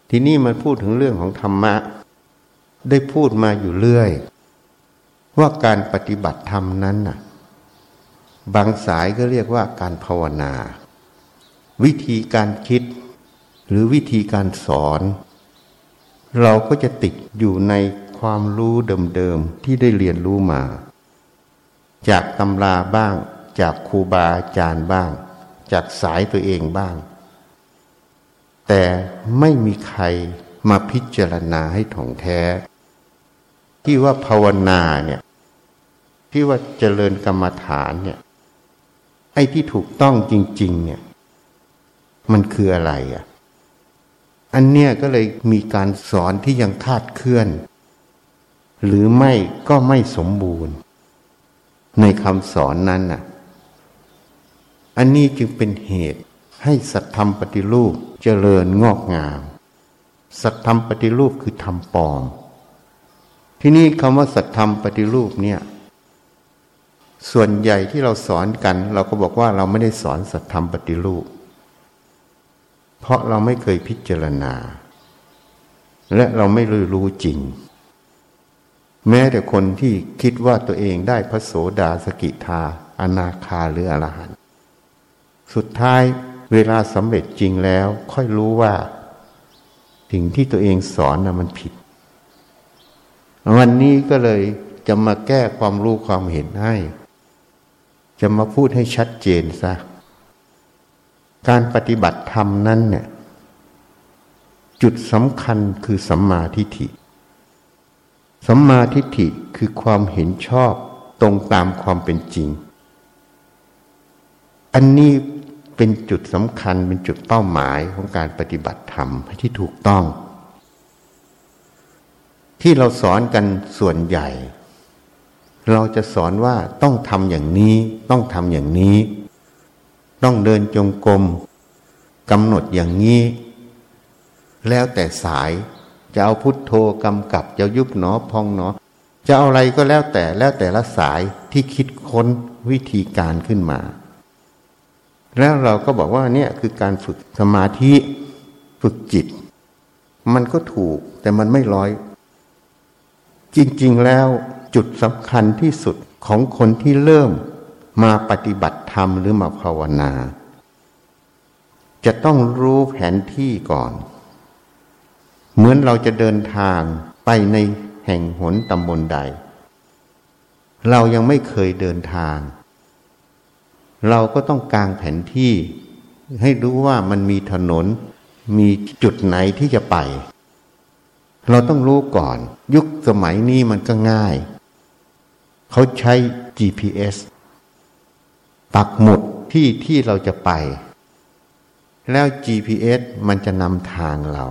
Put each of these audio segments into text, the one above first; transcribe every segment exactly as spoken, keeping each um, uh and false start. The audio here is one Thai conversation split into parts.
ทีนี้มันพูดถึงเรื่องของธรรมะได้พูดมาอยู่เรื่อยว่าการปฏิบัติธรรมนั้นน่ะบางสายก็เรียกว่าการภาวนาวิธีการคิดหรือวิธีการสอนเราก็จะติดอยู่ในความรู้เดิมๆที่ได้เรียนรู้มาจากตำราบ้างจากครูบาอาจารย์บ้างจากสายตัวเองบ้างแต่ไม่มีใครมาพิจารณาให้ถ่องแท้ที่ว่าภาวนาเนี่ยที่ว่าเจริญกรรมฐานเนี่ยไอ้ที่ถูกต้องจริงๆเนี่ยมันคืออะไรอ่ะอันเนี้ยก็เลยมีการสอนที่ยังคลาดเคลื่อนหรือไม่ก็ไม่สมบูรณ์ในคำสอนนั้นน่ะอันนี้จึงเป็นเหตุให้สัตธรรมปฏิรูปเจริญงอกงามสัตธรรมปฏิรูปคือธรรมปลอมที่นี่คำว่าสัตธรรมปฏิรูปเนี่ยส่วนใหญ่ที่เราสอนกันเราก็บอกว่าเราไม่ได้สอนสัตธรรมปฏิรูปเพราะเราไม่เคยพิจารณาและเราไม่รู้รู้จริงแม้แต่คนที่คิดว่าตัวเองได้พระโสดาสกิทาอนาคาหรืออรหันต์สุดท้ายเวลาสำเร็จจริงแล้วค่อยรู้ว่าสิ่งที่ตัวเองสอนน่ะมันผิดวันนี้ก็เลยจะมาแก้ความรู้ความเห็นให้จะมาพูดให้ชัดเจนซะการปฏิบัติธรรมนั้นเนี่ยจุดสำคัญคือสัมมาทิฏฐิสัมมาทิฏฐิคือความเห็นชอบตรงตามความเป็นจริงอันนี้เป็นจุดสำคัญเป็นจุดเป้าหมายของการปฏิบัติธรรมที่ถูกต้องที่เราสอนกันส่วนใหญ่เราจะสอนว่าต้องทำอย่างนี้ต้องทำอย่างนี้ต้องเดินจงกรมกำหนดอย่างนี้แล้วแต่สายจะเอาพุทโธกำกับจะยุบหนอพองหนอจะเอาอะไรก็แล้วแต่แล้วแต่ละสายที่คิดค้นวิธีการขึ้นมาแล้วเราก็บอกว่าเนี่ยคือการฝึกสมาธิฝึกจิตมันก็ถูกแต่มันไม่ร้อยจริงๆแล้วจุดสำคัญที่สุดของคนที่เริ่มมาปฏิบัติธรรมหรือมาภาวนาจะต้องรู้แผนที่ก่อนเหมือนเราจะเดินทางไปในแห่งหนตำบลใดเรายังไม่เคยเดินทางเราก็ต้องกางแผนที่ให้รู้ว่ามันมีถนนมีจุดไหนที่จะไปเราต้องรู้ก่อนยุคสมัยนี้มันก็ง่ายเขาใช้ จี พี เอส ปักหมุดที่ที่เราจะไปแล้ว จี พี เอส มันจะนำทางเรา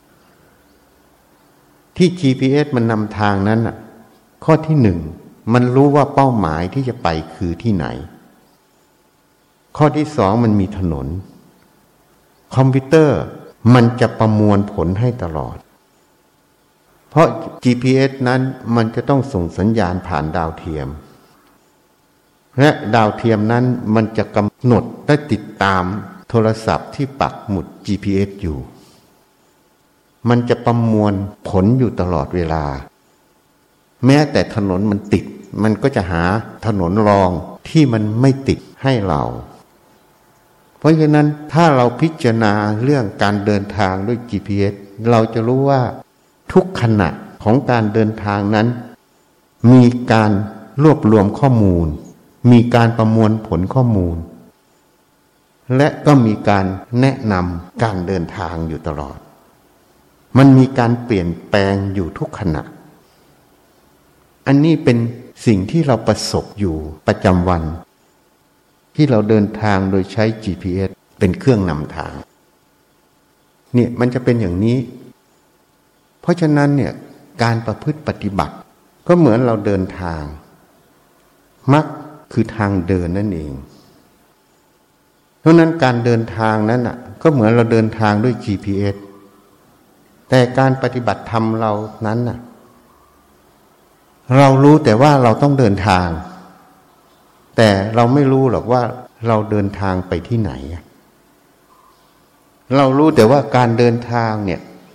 ที่ จี พี เอส มันนำทางนั้นน่ะข้อที่หนึ่งมันรู้ว่าเป้าหมายที่จะไปคือที่ไหนข้อที่สองมันมีถนนคอมพิวเตอร์มันจะประมวลผลให้ตลอดเพราะ จี พี เอส นั้นมันจะต้องส่งสัญญาณผ่านดาวเทียมและดาวเทียมนั้นมันจะกำหนดและติดตามโทรศัพท์ที่ปักหมุด จี พี เอส อยู่มันจะประมวลผลอยู่ตลอดเวลาแม้แต่ถนนมันติดมันก็จะหาถนนรองที่มันไม่ติดให้เราเพราะฉะนั้นถ้าเราพิจารณาเรื่องการเดินทางด้วย จี พี เอส เราจะรู้ว่าทุกขณะของการเดินทางนั้นมีการรวบรวมข้อมูลมีการประมวลผลข้อมูลและก็มีการแนะนำการเดินทางอยู่ตลอดมันมีการเปลี่ยนแปลงอยู่ทุกขณะอันนี้เป็นสิ่งที่เราประสบอยู่ประจำวันที่เราเดินทางโดยใช้ จี พี เอส เป็นเครื่องนำทางเนี่ยมันจะเป็นอย่างนี้เพราะฉะนั้นเนี่ยการประพฤติปฏิบัติก็เหมือนเราเดินทางมรรคคือทางเดินนั่นเองเพราะนั้นการเดินทางนั้นอ่ะก็เหมือนเราเดินทางด้วย จี พี เอส แต่การปฏิบัติธรรมเรานั้นน่ะเรารู้แต่ว่าเราต้องเดินทางแต่เราไม่รู้หรอกว่าเราเดินทางไปที่ไหนเรารู้แต่ว่าการเดินทางเนี่ย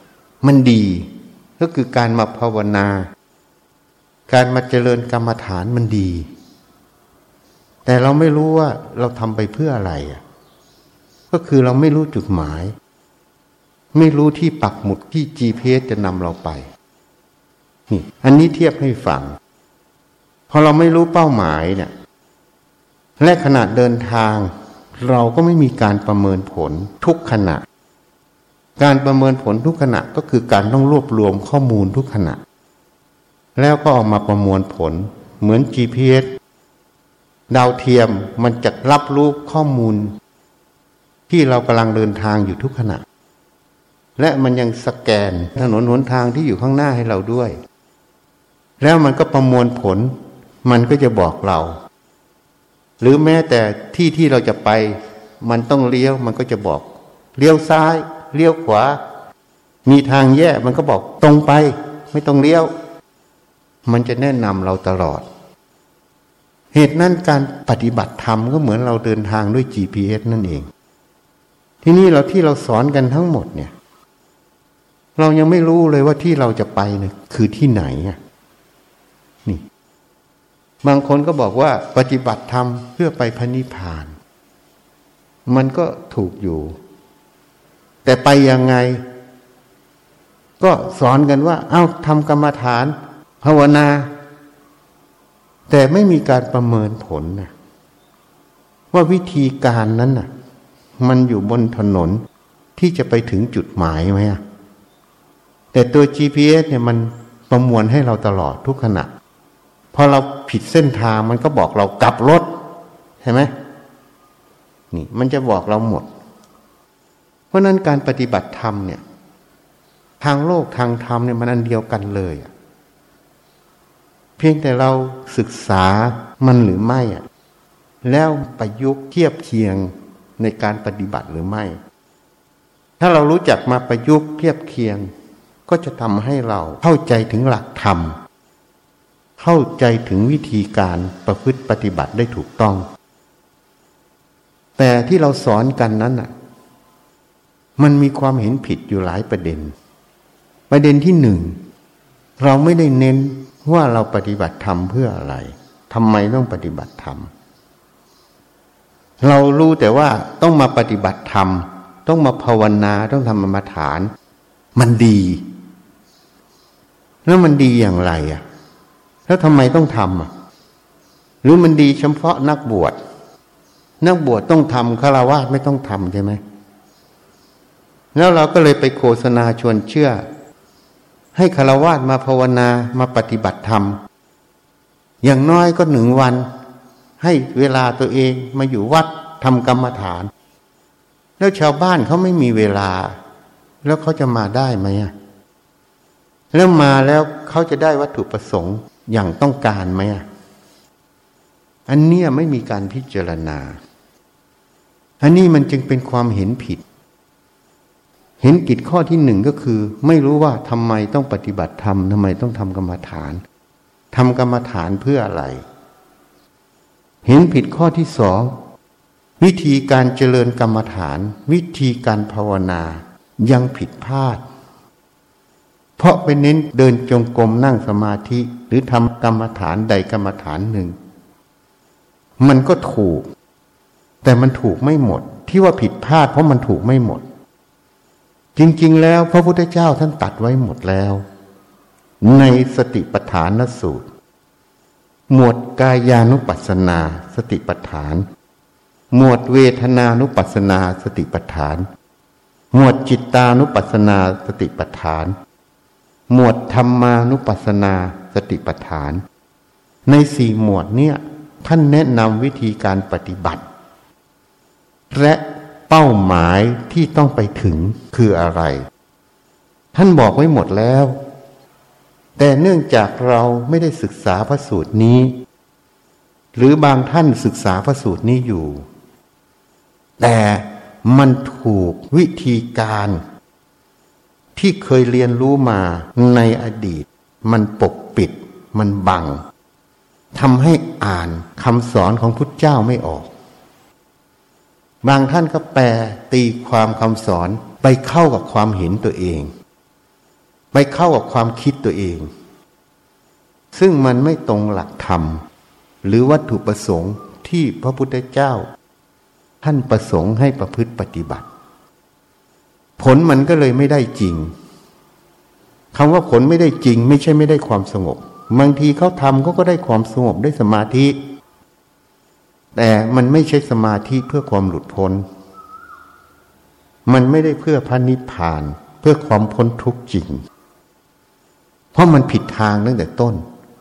มันดีก็คือการมาภาวนาการมาเจริญกรรมฐานมันดีแต่เราไม่รู้ว่าเราทำไปเพื่ออะไรอ่ะก็คือเราไม่รู้จุดหมายไม่รู้ที่ปักหมุดที่ จี พี เอส จะนำเราไปนี่อันนี้เทียบให้ฟังพอเราไม่รู้เป้าหมายเนี่ยและขณะเดินทางเราก็ไม่มีการประเมินผลทุกขณะการประเมินผลทุกขณะก็คือการต้องรวบรวมข้อมูลทุกขณะแล้วก็ออกมาประมวลผลเหมือน จี พี เอส ดาวเทียมมันจะรับรู้ข้อมูลที่เรากำลังเดินทางอยู่ทุกขณะและมันยังสแกนถนนหนทางที่อยู่ข้างหน้าให้เราด้วยแล้วมันก็ประมวลผลมันก็จะบอกเราหรือแม้แต่ที่ที่เราจะไปมันต้องเลี้ยวมันก็จะบอกเลี้ยวซ้ายเลี้ยวขวามีทางแยกมันก็บอกตรงไปไม่ต้องเลี้ยวมันจะแนะนำเราตลอดเหตุนั้นการปฏิบัติธรรมก็เหมือนเราเดินทางด้วย จี พี เอส นั่นเองที่นี่เราที่เราสอนกันทั้งหมดเนี่ยเรายังไม่รู้เลยว่าที่เราจะไปเนี่ยคือที่ไหนอ่ะนี่บางคนก็บอกว่าปฏิบัติธรรมเพื่อไปพระนิพพานมันก็ถูกอยู่แต่ไปยังไงก็สอนกันว่าเอ้าทำกรรมฐานภาวนาแต่ไม่มีการประเมินผลนะว่าวิธีการนั้นน่ะมันอยู่บนถนนที่จะไปถึงจุดหมายไหมอ่ะแต่ตัว จี พี เอส เนี่ยมันประมวลให้เราตลอดทุกขณะพอเราผิดเส้นทางมันก็บอกเรากลับรถใช่ไหมนี่มันจะบอกเราหมดเพราะนั้นการปฏิบัติธรรมเนี่ยทางโลกทางธรรมเนี่ยมันอันเดียวกันเลยเพียงแต่เราศึกษามันหรือไม่อ่ะแล้วประยุกต์เทียบเคียงในการปฏิบัติหรือไม่ถ้าเรารู้จักมาประยุกต์เทียบเคียงก็จะทำให้เราเข้าใจถึงหลักธรรมเข้าใจถึงวิธีการประพฤติปฏิบัติได้ถูกต้องแต่ที่เราสอนกันนั้นน่ะมันมีความเห็นผิดอยู่หลายประเด็นประเด็นที่หนึ่งเราไม่ได้เน้นว่าเราปฏิบัติธรรมเพื่ออะไรทำไมต้องปฏิบัติธรรมเรารู้แต่ว่าต้องมาปฏิบัติธรรมต้องมาภาวนาต้องทำกรรมฐานมันดีแล้วมันดีอย่างไรอ่ะแล้วทำไมต้องทำอ่ะหรือมันดีเฉพาะนักบวชนักบวชต้องทำฆราวาสไม่ต้องทำใช่ไหมแล้วเราก็เลยไปโฆษณาชวนเชื่อให้ฆราวาสมาภาวนามาปฏิบัติธรรมอย่างน้อยก็หนึ่งวันให้เวลาตัวเองมาอยู่วัดทำกรรมฐานแล้วชาวบ้านเขาไม่มีเวลาแล้วเขาจะมาได้ไหมอ่ะแล้วมาแล้วเขาจะได้วัตถุประสงค์อย่างต้องการไหมอ่ะอันเนี้ยไม่มีการพิจารณาอันนี้มันจึงเป็นความเห็นผิดเห็นผิดข้อที่หนึ่งก็คือไม่รู้ว่าทำไมต้องปฏิบัติธรรมทำไมต้องทำกรรมฐานทำกรรมฐานเพื่ออะไรเห็นผิดข้อที่สองวิธีการเจริญกรรมฐานวิธีการภาวนายังผิดพลาดเพราะไปเน้นเดินจงกรมนั่งสมาธิหรือทำกรรมฐานใดกรรมฐานหนึ่งมันก็ถูกแต่มันถูกไม่หมดที่ว่าผิดพลาดเพราะมันถูกไม่หมดจริงๆแล้วพระพุทธเจ้าท่านตัดไว้หมดแล้วในสติปัฏฐานสูตรหมวดกายานุปัสสนาสติปัฏฐานหมวดเวทนานุปัสสนาสติปัฏฐานหมวดจิตตานุปัสสนาสติปัฏฐานหมวดธรรมานุปัสสนาสติปัฏฐานในสี่หมวดเนี่ยท่านแนะนำวิธีการปฏิบัติและเป้าหมายที่ต้องไปถึงคืออะไรท่านบอกไว้หมดแล้วแต่เนื่องจากเราไม่ได้ศึกษาพระสูตรนี้หรือบางท่านศึกษาพระสูตรนี้อยู่แต่มันถูกวิธีการที่เคยเรียนรู้มาในอดีตมันปกปิดมันบังทำให้อ่านคำสอนของพุทธเจ้าไม่ออกบางท่านก็แปลตีความคำสอนไปเข้ากับความเห็นตัวเองไปเข้ากับความคิดตัวเองซึ่งมันไม่ตรงหลักธรรมหรือวัตถุประสงค์ที่พระพุทธเจ้าท่านประสงค์ให้ประพฤติปฏิบัติผลมันก็เลยไม่ได้จริงคำว่าผลไม่ได้จริงไม่ใช่ไม่ได้ความสงบบางทีเขาทำเขาก็ได้ความสงบได้สมาธิแต่มันไม่ใช่สมาธิเพื่อความหลุดพ้นมันไม่ได้เพื่อพระนิพพานเพื่อความพ้นทุกข์จริงเพราะมันผิดทางตั้งแต่ต้น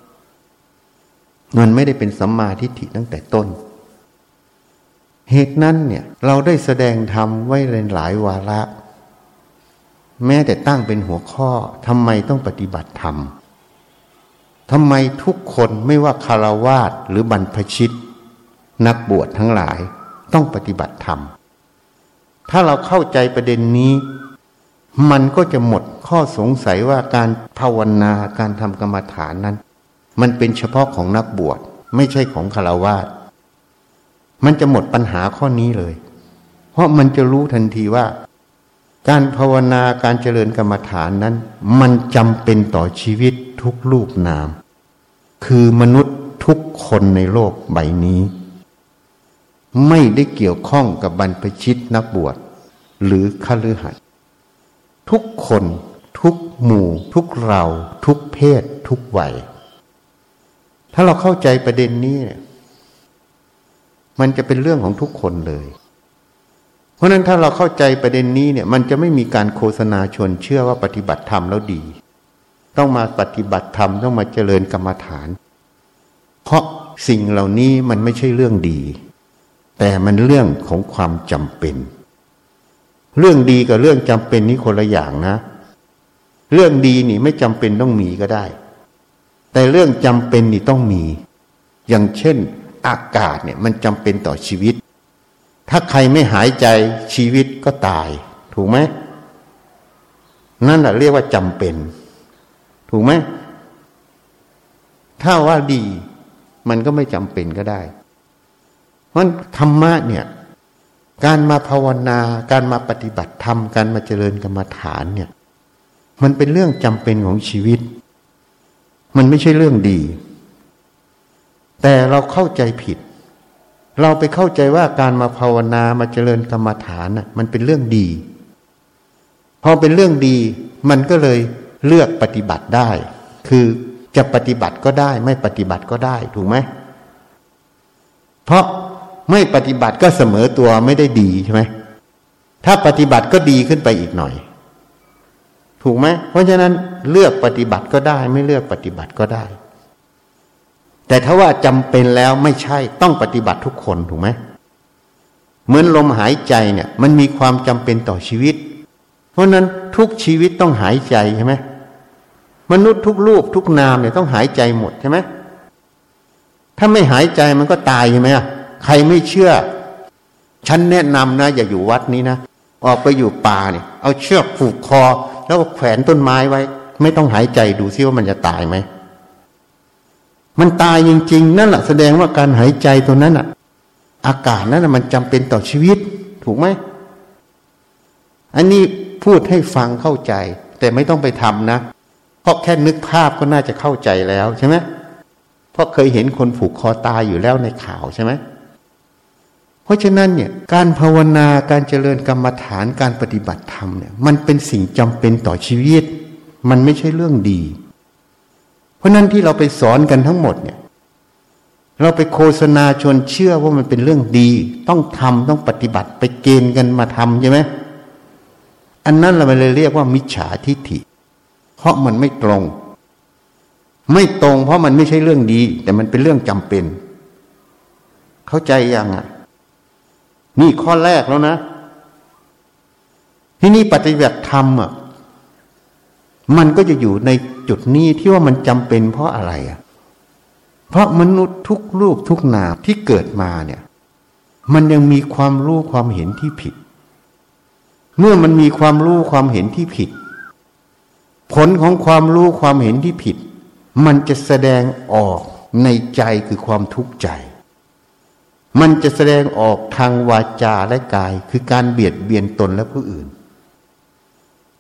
มันไม่ได้เป็นสัมมาทิฏฐิตั้งแต่ต้นเหตุนั้นเนี่ยเราได้แสดงธรรมไว้หลายวาระแม้แต่ตั้งเป็นหัวข้อทำไมต้องปฏิบัติธรรมทำไมทุกคนไม่ว่าคฤหัสถ์หรือบรรพชิตนักบวชทั้งหลายต้องปฏิบัติธรรมถ้าเราเข้าใจประเด็นนี้มันก็จะหมดข้อสงสัยว่าการภาวนาการทำกรรมฐานนั้นมันเป็นเฉพาะของนักบวชไม่ใช่ของคฤหัสถ์มันจะหมดปัญหาข้อนี้เลยเพราะมันจะรู้ทันทีว่าการภาวนาการเจริญกรรมฐานนั้นมันจำเป็นต่อชีวิตทุกรูปนามคือมนุษย์ทุกคนในโลกใบนี้ไม่ได้เกี่ยวข้องกับบรรพชิตนักบวชหรือคฤหัสถ์ทุกคนทุกหมู่ทุกเราทุกเพศทุกวัยถ้าเราเข้าใจประเด็นนี้เนี่ยมันจะเป็นเรื่องของทุกคนเลยเพราะนั้นถ้าเราเข้าใจประเด็นนี้เนี่ยมันจะไม่มีการโฆษณาชวนเชื่อว่าปฏิบัติธรรมแล้วดีต้องมาปฏิบัติธรรมต้องมาเจริญกรรมฐานเพราะสิ่งเหล่านี้มันไม่ใช่เรื่องดีแต่มันเรื่องของความจำเป็นเรื่องดีกับเรื่องจำเป็นนี่คนละอย่างนะเรื่องดีนี่ไม่จำเป็นต้องมีก็ได้แต่เรื่องจำเป็นนี่ต้องมีอย่างเช่นอากาศเนี่ยมันจำเป็นต่อชีวิตถ้าใครไม่หายใจชีวิตก็ตายถูกไหมนั่นแหละเรียกว่าจำเป็นถูกไหมถ้าว่าดีมันก็ไม่จำเป็นก็ได้เพราะธรรมะเนี่ยการมาภาวนาการมาปฏิบัติธรรมการมาเจริญกรรมฐานเนี่ยมันเป็นเรื่องจำเป็นของชีวิตมันไม่ใช่เรื่องดีแต่เราเข้าใจผิดเราไปเข้าใจว่าการมาภาวนามาเจริญกรรมฐานน่ะมันเป็นเรื่องดีพอเป็นเรื่องดีมันก็เลยเลือกปฏิบัติได้คือจะปฏิบัติก็ได้ไม่ปฏิบัติก็ได้ถูกไหมเพราะไม่ปฏิบัติก็เสมอตัวไม่ได้ดีใช่ไหมถ้าปฏิบัติก็ดีขึ้นไปอีกหน่อยถูกไหมเพราะฉะนั้นเลือกปฏิบัติก็ได้ไม่เลือกปฏิบัติก็ได้แต่ถ้าว่าจำเป็นแล้วไม่ใช่ต้องปฏิบัติทุกคนถูกไหมเหมือนลมหายใจเนี่ยมันมีความจำเป็นต่อชีวิตเพราะนั้นทุกชีวิตต้องหายใจใช่ไหมมนุษย์ทุกรูปทุกนามเนี่ยต้องหายใจหมดใช่ไหมถ้าไม่หายใจมันก็ตายใช่ไหมใครไม่เชื่อฉันแนะนำนะอย่าอยู่วัดนี้นะออกไปอยู่ป่าเนี่ยเอาเชือกผูกคอแล้วแขวนต้นไม้ไว้ไม่ต้องหายใจดูซิว่ามันจะตายไหมมันตายจริงๆนั่นแหละแสดงว่าการหายใจตัวนั้นอ่ะอากาศนั้นมันจำเป็นต่อชีวิตถูกไหมอันนี้พูดให้ฟังเข้าใจแต่ไม่ต้องไปทำนะเพราะแค่นึกภาพก็น่าจะเข้าใจแล้วใช่ไหมเพราะเคยเห็นคนผูกคอตายอยู่แล้วในข่าวใช่ไหมเพราะฉะนั้นเนี่ยการภาวนาการเจริญกรรมฐานการปฏิบัติธรรมเนี่ยมันเป็นสิ่งจำเป็นต่อชีวิตมันไม่ใช่เรื่องดีเพราะนั้นที่เราไปสอนกันทั้งหมดเนี่ยเราไปโฆษณาชวนเชื่อว่ามันเป็นเรื่องดีต้องทำต้องปฏิบัติไปเกณฑ์กันมาทำใช่ไหมอันนั้นเราเลยเรียกว่ามิจฉาทิฏฐิเพราะมันไม่ตรงไม่ตรงเพราะมันไม่ใช่เรื่องดีแต่มันเป็นเรื่องจำเป็นเข้าใจยังอ่ะนี่ข้อแรกแล้วนะที่นี่ปฏิบัติธรรมอ่ะมันก็จะอยู่ในจุดนี้ที่ว่ามันจำเป็นเพราะอะไรอ่ะเพราะมนุษย์ทุกรูปทุกนามที่เกิดมาเนี่ยมันยังมีความรู้ความเห็นที่ผิดเมื่อมันมีความรู้ความเห็นที่ผิดผลของความรู้ความเห็นที่ผิดมันจะแสดงออกในใจคือความทุกข์ใจมันจะแสดงออกทางวาจาและกายคือการเบียดเบียนตนและผู้อื่น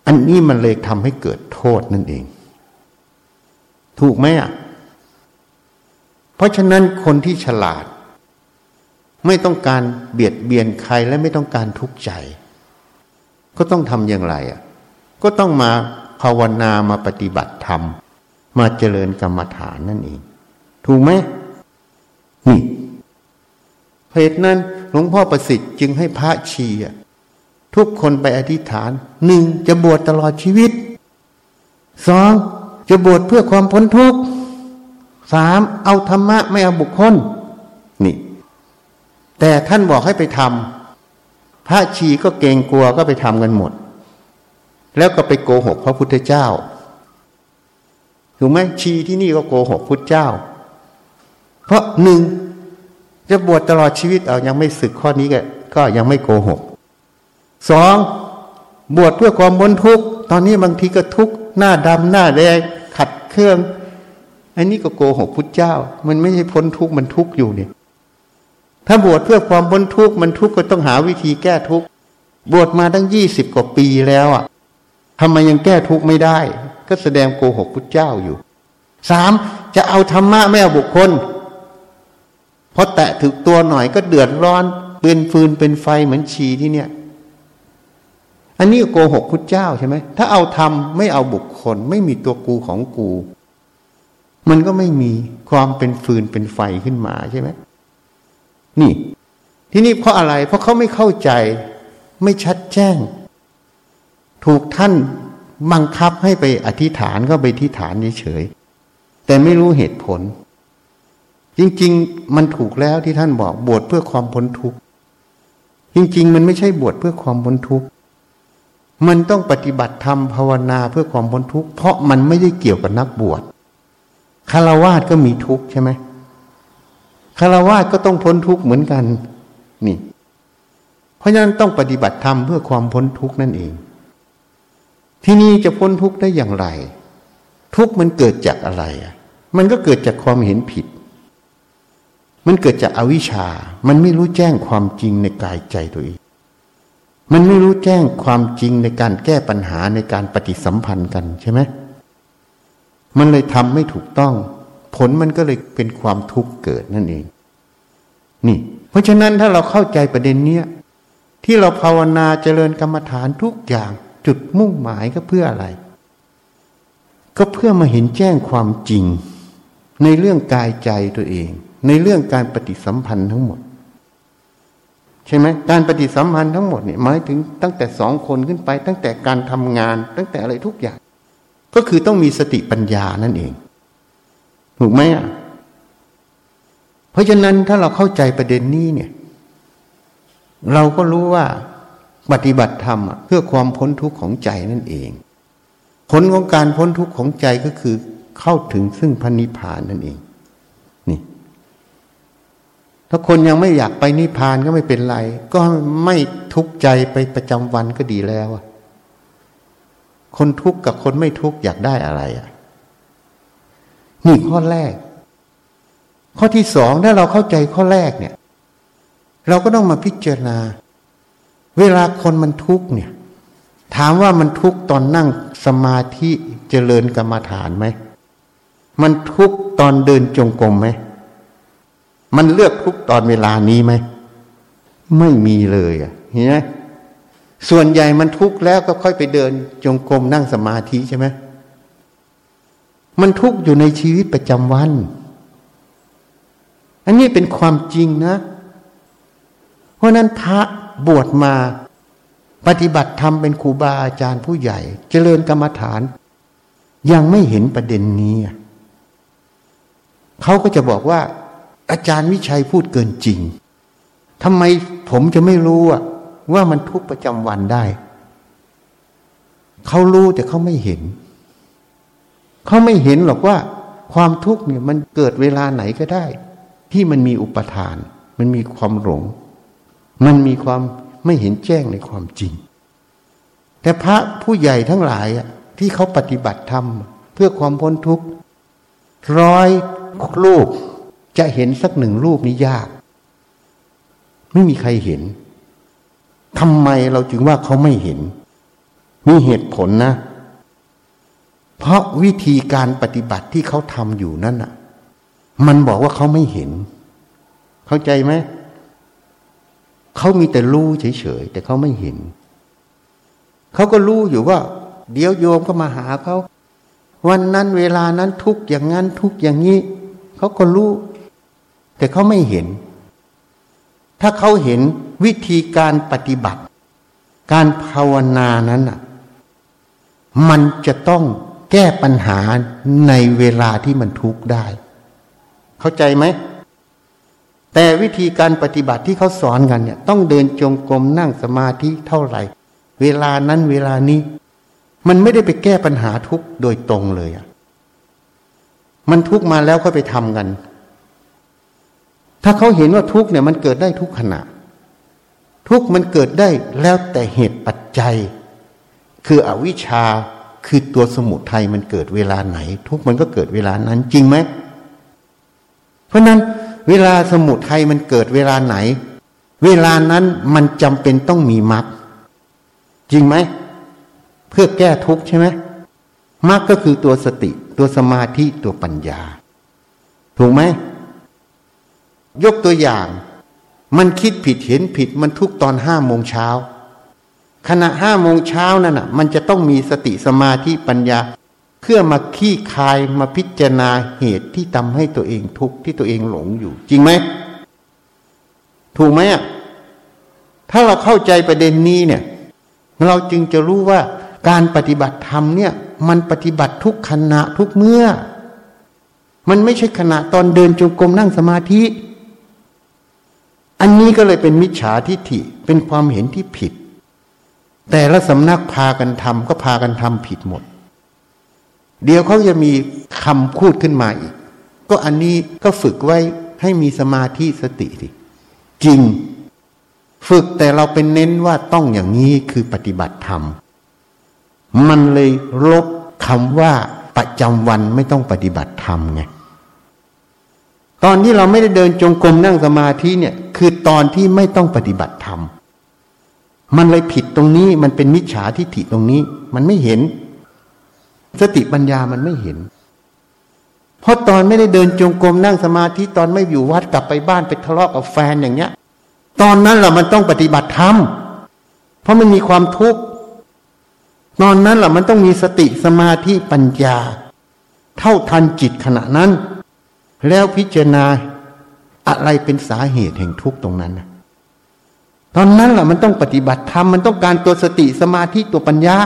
อันนี้มันเลยทำให้เกิดโทษนั่นเองถูกไหมอ่ะเพราะฉะนั้นคนที่ฉลาดไม่ต้องการเบียดเบียนใครและไม่ต้องการทุกข์ใจก็ต้องทำอย่างไรอ่ะก็ต้องมาภาวนามาปฏิบัติธรรมมาเจริญกรรมฐานนั่นเองถูกไหมนี่เหตุนั้นหลวงพ่อประสิทธิ์จึงให้พระชีอ่ะทุกคนไปอธิษฐานหนึ่งจะบวชตลอดชีวิตสองจะบวชเพื่อความพ้นทุกข์สามเอาธรรมะไม่เอาบุคคลนี่แต่ท่านบอกให้ไปทำพระชีก็เกรงกลัวก็ไปทำกันหมดแล้วก็ไปโกหกพระพุทธเจ้าถูกไหมชีที่นี่ก็โกหกพุทธเจ้าเพราะหนึ่งจะบวชตลอดชีวิตเอายังไม่สึกข้อนี้ก็ก็ยังไม่โกหกสองบวชเพื่อความพ้นทุกข์ตอนนี้บางทีก็ทุกข์หน้าดำหน้าแดงขัดเครื่องอันนี้ก็โกหกพุทธเจ้ามันไม่ใช่พ้นทุกข์มันทุกข์อยู่เนี่ยถ้าบวชเพื่อความพ้นทุกข์มันทุกข์ก็ต้องหาวิธีแก้ทุกข์บวชมาตั้งยี่สิบกว่าปีแล้วอ่ะทำไมยังแก้ทุกข์ไม่ได้ก็แสดงโกหกพุทธเจ้าอยู่สามจะเอาธรรมะไม่เอาบุคคลพอแตะถึงตัวหน่อยก็เดือดร้อนเป็นฟืนเป็นไฟเหมือนชีที่เนี่ยอันนี้โกหกพุทธเจ้าใช่ไหมถ้าเอาธรรมไม่เอาบุคคลไม่มีตัวกูของกูมันก็ไม่มีความเป็นฟืนเป็นไฟขึ้นมาใช่ไหมนี่ที่นี่เพราะอะไรเพราะเขาไม่เข้าใจไม่ชัดแจ้งถูกท่านบังคับให้ไปอธิษฐานก็ไปอธิษฐานเฉยๆแต่ไม่รู้เหตุผลจริงๆมันถูกแล้วที่ท่านบอกบวชเพื่อความพ้นทุกข์จริงๆมันไม่ใช่บวชเพื่อความพ้นทุกข์มันต้องปฏิบัติธรรมภาวนาเพื่อความพ้นทุกข์เพราะมันไม่ได้เกี่ยวกับนักบวชฆราวาสก็มีทุกข์ใช่ไหมฆราวาสก็ต้องพ้นทุกข์เหมือนกันนี่เพราะฉะนั้นต้องปฏิบัติธรรมเพื่อความพ้นทุกข์นั่นเองที่นี่จะพ้นทุกข์ได้อย่างไรทุกข์มันเกิดจากอะไรอ่ะมันก็เกิดจากความเห็นผิดมันเกิดจากอวิชชามันไม่รู้แจ้งความจริงในกายใจตัวเองมันไม่รู้แจ้งความจริงในการแก้ปัญหาในการปฏิสัมพันธ์กันใช่ไหมมันเลยทำไม่ถูกต้องผลมันก็เลยเป็นความทุกข์เกิดนั่นเองนี่เพราะฉะนั้นถ้าเราเข้าใจประเด็นเนี้ยที่เราภาวนาเจริญกรรมฐานทุกอย่างจุดมุ่งหมายก็เพื่ออะไรก็เพื่อมาเห็นแจ้งความจริงในเรื่องกายใจตัวเองในเรื่องการปฏิสัมพันธ์ทั้งหมดใช่ไหมการปฏิสัมพันธ์ทั้งหมดเนี่ยหมายถึงตั้งแต่สองคนขึ้นไปตั้งแต่การทำงานตั้งแต่อะไรทุกอย่างก็คือต้องมีสติปัญญานั่นเองถูกไหมอ่ะเพราะฉะนั้นถ้าเราเข้าใจประเด็นนี้เนี่ยเราก็รู้ว่าปฏิบัติธรรมเพื่อความพ้นทุกข์ของใจนั่นเองผลของการพ้นทุกข์ของใจก็คือเข้าถึงซึ่งพระนิพพานนั่นเองนี่ถ้าคนยังไม่อยากไปนิพพานก็ไม่เป็นไรก็ไม่ทุกข์ใจไปประจำวันก็ดีแล้วคนทุกข์กับคนไม่ทุกข์อยากได้อะไรอ่ะนี่ข้อแรกข้อที่สองถ้าเราเข้าใจข้อแรกเนี่ยเราก็ต้องมาพิจารณาเวลาคนมันทุกข์เนี่ยถามว่ามันทุกข์ตอนนั่งสมาธิเจริญกรรมฐานไหมมันทุกข์ตอนเดินจงกรมไหมมันเลือกทุกข์ตอนเวลานี้ไหมไม่มีเลยอ่ะเห็นไหมส่วนใหญ่มันทุกข์แล้วก็ค่อยไปเดินจงกรมนั่งสมาธิใช่ไหมมันทุกข์อยู่ในชีวิตประจำวันอันนี้เป็นความจริงนะเพราะนั้นพระบวชมาปฏิบัติธรรมเป็นครูบาอาจารย์ผู้ใหญ่เจริญกรรมฐานยังไม่เห็นประเด็นนี้เขาก็จะบอกว่าอาจารย์วิชัยพูดเกินจริงทำไมผมจะไม่รู้อะว่ามันทุกข์ประจำวันได้เขารู้แต่เขาไม่เห็นเขาไม่เห็นหรอกว่าความทุกข์เนี่ยมันเกิดเวลาไหนก็ได้ที่มันมีอุปทานมันมีความหลงมันมีความไม่เห็นแจ้งในความจริงแต่พระผู้ใหญ่ทั้งหลายอะที่เขาปฏิบัติธรรมเพื่อความพ้นทุกข์ร้อยรูปจะเห็นสักหนึ่งรูปนี่ยากไม่มีใครเห็นทำไมเราจึงว่าเขาไม่เห็นมีเหตุผลนะเพราะวิธีการปฏิบัติที่เขาทำอยู่นั่นน่ะมันบอกว่าเขาไม่เห็นเข้าใจไหมเขามีแต่รู้เฉยๆแต่เขาไม่เห็นเขาก็รู้อยู่ว่าเดี๋ยวโยมก็มาหาเขาวันนั้นเวลานั้นทุกอย่างนั้นทุกอย่างนี้เขาก็รู้แต่เขาไม่เห็นถ้าเขาเห็นวิธีการปฏิบัติการภาวนานั้นน่ะมันจะต้องแก้ปัญหาในเวลาที่มันทุกข์ได้เข้าใจไหมแต่วิธีการปฏิบัติที่เขาสอนกันเนี่ยต้องเดินจงกรมนั่งสมาธิเท่าไหร่เวลานั้นเวลานี้มันไม่ได้ไปแก้ปัญหาทุกข์โดยตรงเลยอ่ะมันทุกข์มาแล้วก็ไปทำกันถ้าเขาเห็นว่าทุกข์เนี่ยมันเกิดได้ทุกขณะทุกข์มันเกิดได้แล้วแต่เหตุปัจจัยคืออวิชชาคือตัวสมุทัยมันเกิดเวลาไหนทุกข์มันก็เกิดเวลานั้นจริงไหมเพราะนั้นเวลาสมุทัยมันเกิดเวลาไหนเวลานั้นมันจำเป็นต้องมีมรรคจริงไหมเพื่อแก้ทุกข์ใช่ไหมมรรคก็คือตัวสติตัวสมาธิตัวปัญญาถูกไหมยกตัวอย่างมันคิดผิดเห็นผิดมันทุกตอนห้าโมงเช้าขณะห้าโมงเช้านั่นน่ะมันจะต้องมีสติสมาธิปัญญาเพื่อมาขี้คายมาพิจารณาเหตุที่ทำให้ตัวเองทุกข์ที่ตัวเองหลงอยู่จริงไหมถูกไหมอ่ะถ้าเราเข้าใจประเด็นนี้เนี่ยเราจึงจะรู้ว่าการปฏิบัติธรรมเนี่ยมันปฏิบัติทุกขณะทุกเมื่อมันไม่ใช่ขณะตอนเดินจงกรมนั่งสมาธิอันนี้ก็เลยเป็นมิจฉาทิฏฐิเป็นความเห็นที่ผิดแต่ละสำนักพากันทำก็พากันทำผิดหมดเดี๋ยวเขาจะมีคำพูดขึ้นมาอีกก็อันนี้ก็ฝึกไว้ให้มีสมาธิสติสิจริงฝึกแต่เราเป็นเน้นว่าต้องอย่างนี้คือปฏิบัติธรรมมันเลยลบคำว่าประจำวันไม่ต้องปฏิบัติธรรมไงตอนที่เราไม่ได้เดินจงกรมนั่งสมาธิเนี่ยคือตอนที่ไม่ต้องปฏิบัติธรรมมันเลยผิดตรงนี้มันเป็นมิจฉาทิฏฐิตรงนี้มันไม่เห็นสติปัญญามันไม่เห็นเพราะตอนไม่ได้เดินจงกรมนั่งสมาธิตอนไม่อยู่วัดกลับไปบ้านไปทะเลาะกับแฟนอย่างเงี้ยตอนนั้นแหละมันต้องปฏิบัติธรรมเพราะมันมีความทุกข์ตอนนั้นแหละมันต้องมีสติสมาธิปัญญาเท่าทันจิตขณะนั้นแล้วพิจารณาอะไรเป็นสาเหตุแห่งทุกข์ตรงนั้นนะตอนนั้นแหละมันต้องปฏิบัติธรรมมันต้องการตัวสติสมาธิตัวปัญญา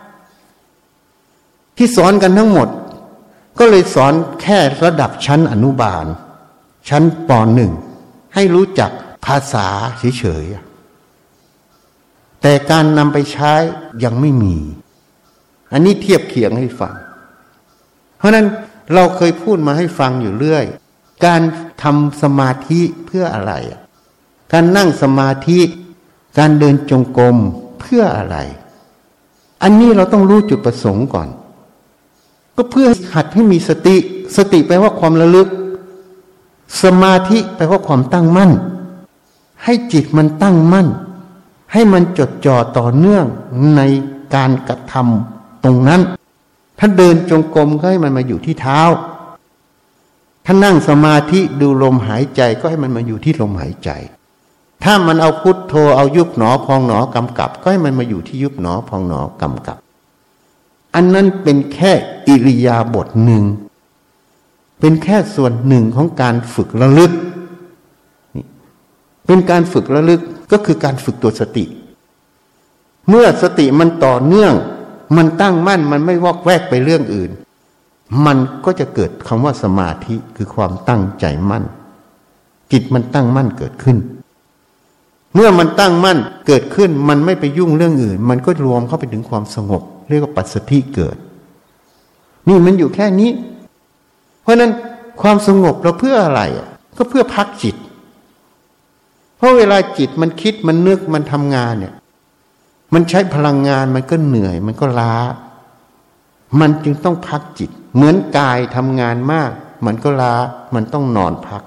ที่สอนกันทั้งหมดก็เลยสอนแค่ระดับชั้นอนุบาลชั้นป.หนึ่งให้รู้จักภาษาเฉยๆแต่การนำไปใช้ยังไม่มีอันนี้เทียบเคียงให้ฟังเพราะนั้นเราเคยพูดมาให้ฟังอยู่เรื่อยการทำสมาธิเพื่ออะไรการนั่งสมาธิการเดินจงกรมเพื่ออะไรอันนี้เราต้องรู้จุดประสงค์ก่อนก็เพื่อหัดให้มีสติสติแปลว่าความระลึกสมาธิแปลว่าความตั้งมั่นให้จิตมันตั้งมั่นให้มันจดจ่อต่อเนื่องในการกระทำตรงนั้นถ้าเดินจงกรมก็ให้มันมาอยู่ที่เท้าถ้านั่งสมาธิดูลมหายใจก็ให้มันมาอยู่ที่ลมหายใจถ้ามันเอาพุทโธเอายุบหนอพองหนอกำกับก็ให้มันมาอยู่ที่ยุบหนอพองหนอกำกับอันนั้นเป็นแค่อิริยาบถหนึ่งเป็นแค่ส่วนหนึ่งของการฝึกระลึกนี่เป็นการฝึกระลึกก็คือการฝึกตัวสติเมื่อสติมันต่อเนื่องมันตั้งมั่นมันไม่วอกแวกไปเรื่องอื่นมันก็จะเกิดคำว่าสมาธิคือความตั้งใจมั่นจิตมันตั้งมั่นเกิดขึ้นเมื่อมันตั้งมั่นเกิดขึ้นมันไม่ไปยุ่งเรื่องอื่นมันก็รวมเข้าไปถึงความสงบเรียกว่าปัสสัทธิเกิดนี่มันอยู่แค่นี้เพราะนั้นความสงบเราเพื่ออะไรอ่ะก็เพื่อพักจิตเพราะเวลาจิตมันคิดมันนึกมันทำงานเนี่ยมันใช้พลังงานมันก็เหนื่อยมันก็ล้ามันจึงต้องพักจิตเหมือนกายทำงานมากมันก็ล้ามันต้องนอนพัก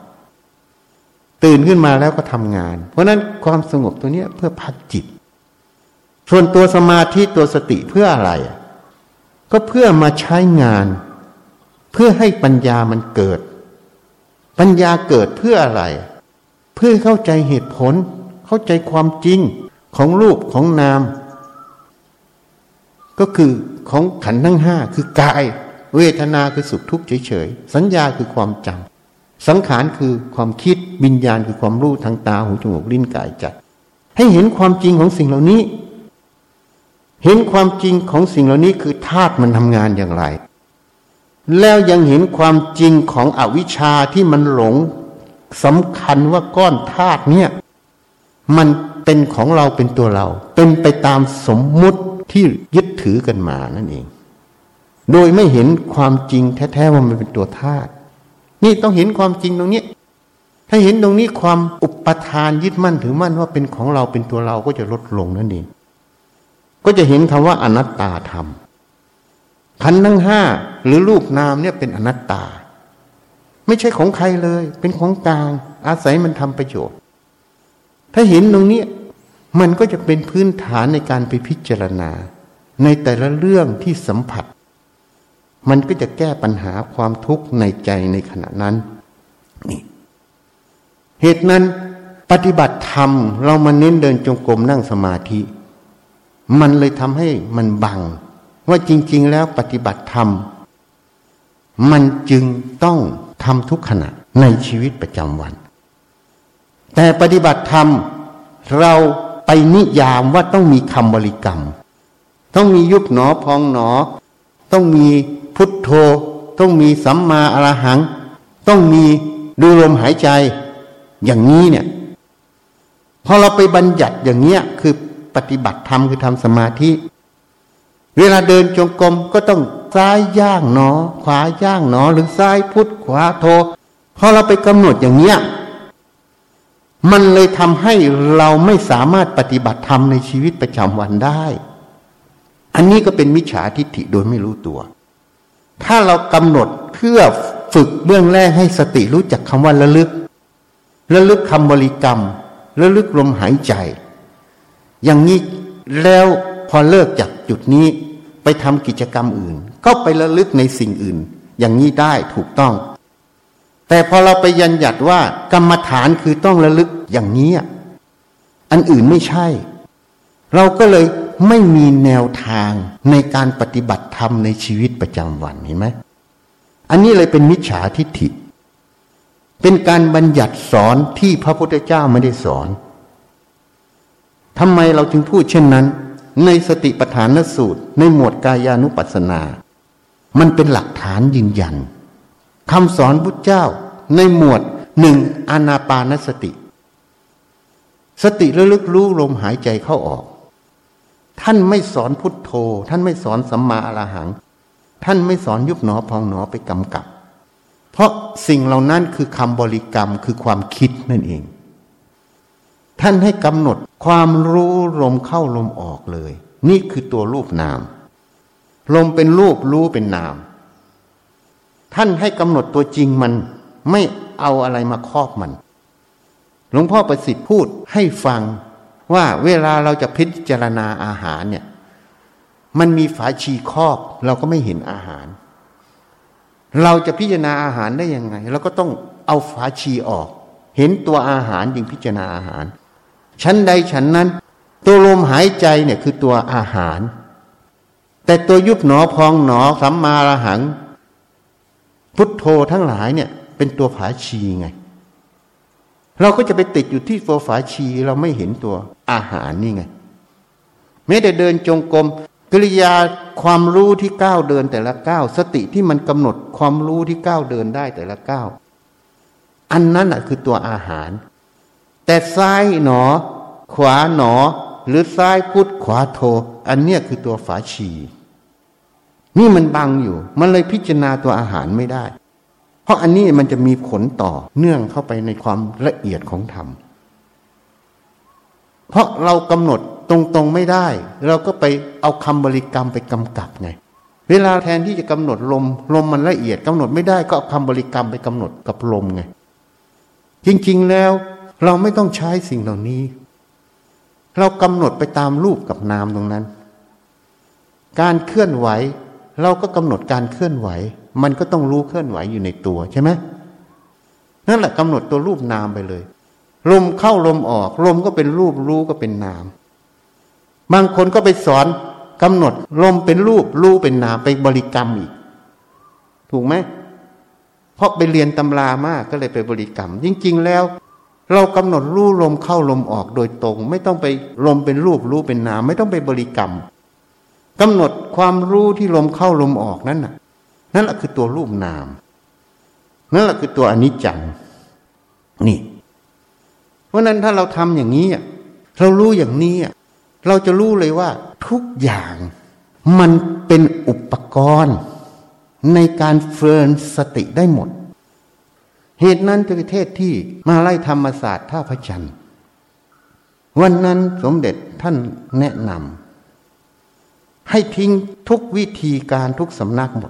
ตื่นขึ้นมาแล้วก็ทำงานเพราะนั้นความสงบตัวนี้เพื่อพักจิตส่วนตัวสมาธิตัวสติเพื่ออะไรก็เพื่อมาใช้งานเพื่อให้ปัญญามันเกิดปัญญาเกิดเพื่ออะไรเพื่อเข้าใจเหตุผลเข้าใจความจริงของรูปของนามก็คือของขันธ์ทั้งห้าคือกายเวทนาคือสุขทุกข์เฉยๆสัญญาคือความจำสังขารคือความคิดวิญญาณคือความรู้ทางตาหูจมูกลิ้นกายใจให้เห็นความจริงของสิ่งเหล่านี้เห็นความจริงของสิ่งเหล่านี้คือธาตุมันทำงานอย่างไรแล้วยังเห็นความจริงของอวิชชาที่มันหลงสำคัญว่าก้อนธาตุเนี่ยมันเป็นของเราเป็นตัวเราเป็นไปตามสมมุติที่ยึดถือกันมานั่นเองโดยไม่เห็นความจริงแท้ๆว่ามันเป็นตัวธาตุนี่ต้องเห็นความจริงตรงนี้ถ้าเห็นตรงนี้ความอุปทานยึดมั่นถือมั่นว่าเป็นของเราเป็นตัวเราก็จะลดลงนั่นเองก็จะเห็นคำว่าอนัตตาธรรมขันธ์ทั้งห้าหรือรูปนามเนี่ยเป็นอนัตตาไม่ใช่ของใครเลยเป็นของกลางอาศัยมันทำประโยชน์ถ้าเห็นตรงนี้มันก็จะเป็นพื้นฐานในการไปพิจารณาในแต่ละเรื่องที่สัมผัสมันก็จะแก้ปัญหาความทุกข์ในใจในขณะนั้นนี่เหตุนั้นปฏิบัติธรรมเรามาเน้นเดินจงกรมนั่งสมาธิมันเลยทำให้มันบังว่าจริงๆแล้วปฏิบัติธรรมมันจึงต้องทำทุกขณะในชีวิตประจำวันแต่ปฏิบัติธรรมเราไปนิยามว่าต้องมีคำบริกรรมต้องมียุบหนอพองหนอต้องมีพุทโธต้องมีสัมมาอรหังต้องมีดูลมหายใจอย่างนี้เนี่ยพอเราไปบัญญัติอย่างเงี้ยคือปฏิบัติธรรมคือทำสมาธิเวลาเดินจงกรมก็ต้องซ้ายย่างหนอขวาย่างหนอหรือซ้ายพุทขวาโธพอเราไปกำหนดอย่างเงี้ยมันเลยทำให้เราไม่สามารถปฏิบัติธรรมในชีวิตประจำวันได้อันนี้ก็เป็นมิจฉาทิฏฐิโดยไม่รู้ตัวถ้าเรากำหนดเพื่อฝึกเบื้องแรกให้สติรู้จักคำว่าระลึกระลึกคำบริกรรมระลึกลมหายใจอย่างนี้แล้วพอเลิกจากจุดนี้ไปทำกิจกรรมอื่นก็ไประลึกในสิ่งอื่นอย่างนี้ได้ถูกต้องแต่พอเราไปยัญญัติว่ากรรมฐานคือต้องระลึกอย่างนี้อันอื่นไม่ใช่เราก็เลยไม่มีแนวทางในการปฏิบัติธรรมในชีวิตประจำวันเห็นไหมอันนี้เลยเป็นมิจฉาทิฏฐิเป็นการบัญญัติสอนที่พระพุทธเจ้าไม่ได้สอนทำไมเราจึงพูดเช่นนั้นในสติปัฏฐานสูตรในหมวดกายานุปัสสนามันเป็นหลักฐานยืนยันคำสอนพุทธเจ้าในหมวดหนึ่งอานาปานสติสติระลึกรู้ลมหายใจเข้าออกท่านไม่สอนพุทโธท่านไม่สอนสัมมาอรหังท่านไม่สอนยุบหนอพองหนอไปกำกับเพราะสิ่งเหล่านั้นคือคำบริกรรมคือความคิดนั่นเองท่านให้กำหนดความรู้ลมเข้าลมออกเลยนี่คือตัวรูปนามลมเป็นรูปรู้เป็นนามท่านให้กำหนดตัวจริงมันไม่เอาอะไรมาครอบมันหลวงพ่อประสิทธิ์พูดให้ฟังว่าเวลาเราจะพิจารณาอาหารเนี่ยมันมีฝาชีครอบเราก็ไม่เห็นอาหารเราจะพิจารณาอาหารได้ยังไงเราก็ต้องเอาฝาชีออกเห็นตัวอาหารจึงพิจารณาอาหารชั้นใดชั้นนั้นตัวลมหายใจเนี่ยคือตัวอาหารแต่ตัวยุบหนอพองหนอสัมมาอรหังพุทโธทั้งหลายเนี่ยเป็นตัวฝาชีไงเราก็จะไปติดอยู่ที่ตัวฝาชีเราไม่เห็นตัวอาหารนี่ไงแม้แต่เดินจงกรมกิริยาความรู้ที่ก้าวเดินแต่ละก้าวสติที่มันกำหนดความรู้ที่ก้าวเดินได้แต่ละก้าวอันนั้นอ่ะคือตัวอาหารแต่ซ้ายหนอขวาหนอหรือซ้ายพุทขวาโธอันเนี้ยคือตัวฝาชีนี่มันบังอยู่มันเลยพิจารณาตัวอาหารไม่ได้เพราะอันนี้มันจะมีผลต่อเนื่องเข้าไปในความละเอียดของธรรมเพราะเรากำหนดตรงๆไม่ได้เราก็ไปเอาคำบริกรรมไปกำกับไงเวลาแทนที่จะกำหนดลมลมมันละเอียดกำหนดไม่ได้ก็เอาคำบริกรรมไปกำหนดกับลมไงจริงๆแล้วเราไม่ต้องใช้สิ่งเหล่านี้เรากำหนดไปตามรูปกับนามตรงนั้นการเคลื่อนไหวเราก็กำหนดการเคลื่อนไหวมันก็ต้องรู้เคลื่อนไหวอยู่ในตัวใช่ไหมนั่นแหละกำหนดตัวรูปนามไปเลยลมเข้าลมออกลมก็เป็นรูปรู้ก็เป็นนามบางคนก็ไปสอนกำหนดลมเป็นรูปรู้เป็นนามไปบริกรรมอีกถูกไหมเพราะไปเรียนตำรามากก็เลยไปบริกรรมจริงๆแล้วเรากำหนดรู้ลมเข้าลมออกโดยตรงไม่ต้องไปลมเป็นรูปรู้เป็นนามไม่ต้องไปบริกรรมกำหนดความรู้ที่ลมเข้าลมออกนั่นน่ะนั่นแหละคือตัวรูปนามนั่นแหละคือตัวอนิจจังนี่เพราะนั้นถ้าเราทำอย่างนี้เรารู้อย่างนี้เราจะรู้เลยว่าทุกอย่างมันเป็นอุปกรณ์ในการเฟิร์นสติได้หมดเหตุนั้นประเทศที่มาไล่ธรรมศาสตร์ท่าพระจันทร์วันนั้นสมเด็จท่านแนะนำให้ทิ้งทุกวิธีการทุกสำนักหมด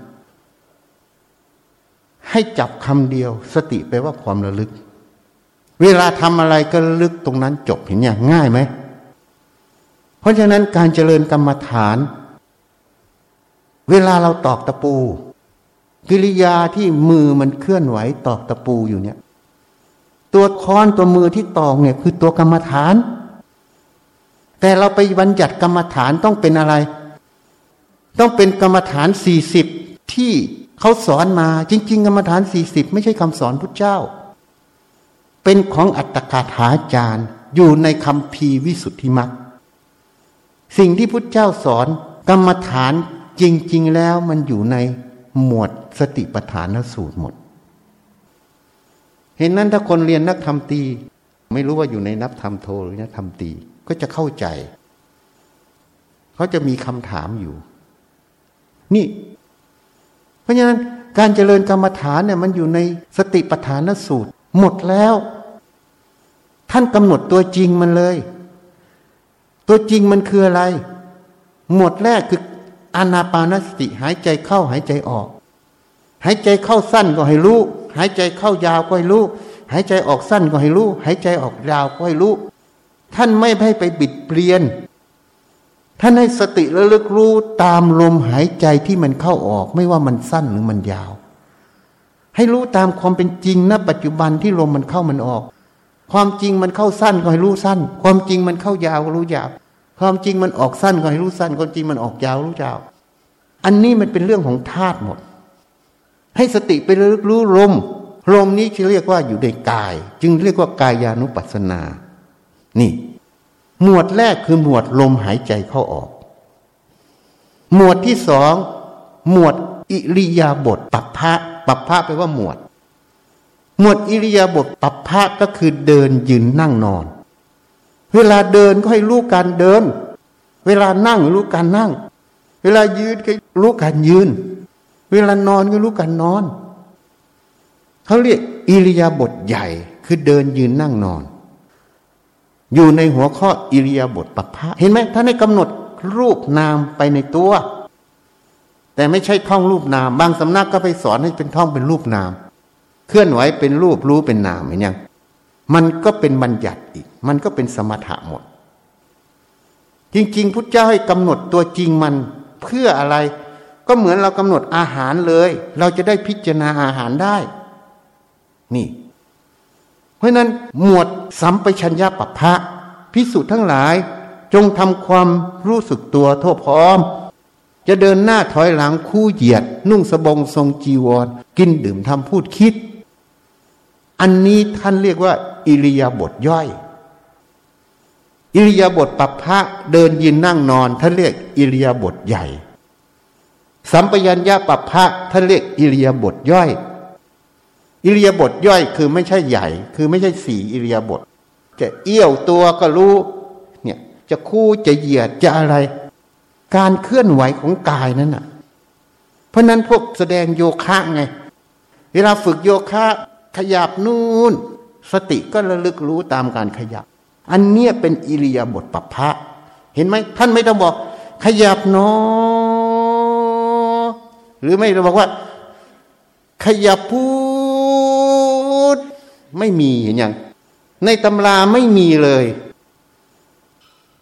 ให้จับคำเดียวสติแปลว่าความระลึกเวลาทำอะไรก็ระลึกตรงนั้นจบเห็นอย่างง่ายไหมเพราะฉะนั้นการเจริญกรรมฐานเวลาเราตอกตะปูกิริยาที่มือมันเคลื่อนไหวตอกตะปูอยู่เนี่ยตัวค้อนตัวมือที่ตอกเนี่ยคือตัวกรรมฐานแต่เราไปบัญญัติกรรมฐานต้องเป็นอะไรต้องเป็นกรรมฐานสี่สิบที่เขาสอนมาจริงๆกรรมฐานสี่สิบไม่ใช่คำสอนพุทธเจ้าเป็นของอัตถกถาจารย์อยู่ในคัมภีร์วิสุทธิมรรคสิ่งที่พุทธเจ้าสอนกรรมฐานจริงๆแล้วมันอยู่ในหมวดสติปัฏฐานสูตรหมดเห็นนั้นถ้าคนเรียนนักธรรมตรีไม่รู้ว่าอยู่ในนักธรรมโทหรือนักธรรมตรีก็จะเข้าใจเขาจะมีคำถามอยู่นี่เพราะฉะนั้นการเจริญกรรมฐานเนี่ยมันอยู่ในสติปัฏฐานสูตรหมดแล้วท่านกำหนดตัวจริงมันเลยตัวจริงมันคืออะไรหมวดแรกคืออานาปานสติหายใจเข้าหายใจออกหายใจเข้าสั้นก็ให้รู้หายใจเข้ายาวก็ให้รู้หายใจออกสั้นก็ให้รู้หายใจออกยาวก็ให้รู้ท่านไม่ให้ไปบิดเปลี่ยนท่านให้สติระลึกรู้ตามลมหายใจที่มันเข้าออกไม่ว่ามันสั้นหรือมันยาวให้รู้ตามความเป็นจริงณปัจจุบันที่ลมมันเข้ามันออกความจริงมันเข้าสั้นก็ให้รู้สั้นความจริงมันเข้ายาวก็รู้ยาวความจริงมันออกสั้นก็ให้รู้สั้นความจริงมันออกยาวรู้ยาวอันนี้มันเป็นเรื่องของธาตุหมดให้สติไประลึกรู้ลมลมนี้จะเรียกว่าอยู่ในกายจึงเรียกว่ากายานุปัสสนานี่หมวดแรกคือหมวดลมหายใจเข้าออกหมวดที่สองหมวดอิริยาบถปัปพะปัปพะแปลว่าหมวดหมวดอิริยาบถปัปพะก็คือเดินยืนนั่งนอนเวลาเดินก็ให้รู้การเดินเวลานั่งรู้การนั่งเวลายืนก็รู้การยืนเวลานอนก็รู้การนอนเขาเรียกอิริยาบถใหญ่คือเดินยืนนั่งนอนอยู่ในหัวข้ออิริยาบถปัปพะเห็นไหมท่านให้กำหนดรูปนามไปในตัวแต่ไม่ใช่ท่องรูปนามบางสำนักก็ไปสอนให้เป็นท่องเป็นรูปนามเคลื่อนไหวเป็นรูปรู้เป็นนามเห็นยังมันก็เป็นบัญญัติอีกมันก็เป็นสมถะหมดจริงๆพุทธเจ้าให้กำหนดตัวจริงมันเพื่ออะไรก็เหมือนเรากำหนดอาหารเลยเราจะได้พิจารณาอาหารได้นี่เพราะนั้นหมวดสัมปชัญญะปัปพะภิกษุทั้งหลายจงทำความรู้สึกตัวทั่วพร้อมจะเดินหน้าถอยหลังคู่เหยียดนุ่งสบงทรงจีวรกินดื่มทำพูดคิดอันนี้ท่านเรียกว่าอิริยาบถย่อยอิริยาบถปัปพะเดินยืนนั่งนอนท่านเรียกอิริยาบถใหญ่สัมปชัญญะปัปพะท่านเรียกอิริยาบถย่อยอิริยาบถย่อยคือไม่ใช่ใหญ่คือไม่ใช่สี่อิริยาบถจะเอี้ยวตัวก็รู้เนี่ยจะคู่จะเหยียดจะอะไรการเคลื่อนไหวของกายนั้นน่ะเพราะนั้นพวกแสดงโยคะไงเวลาฝึกโยคะขยับนู่นสติก็ระลึกรู้ตามการขยับอันเนี้ยเป็นอิริยาบถปัปพะเห็นไหมท่านไม่ต้องบอกขยับเนาะหรือไม่ต้องบอกว่าขยับพูดไม่มีอย่างในตำราไม่มีเลย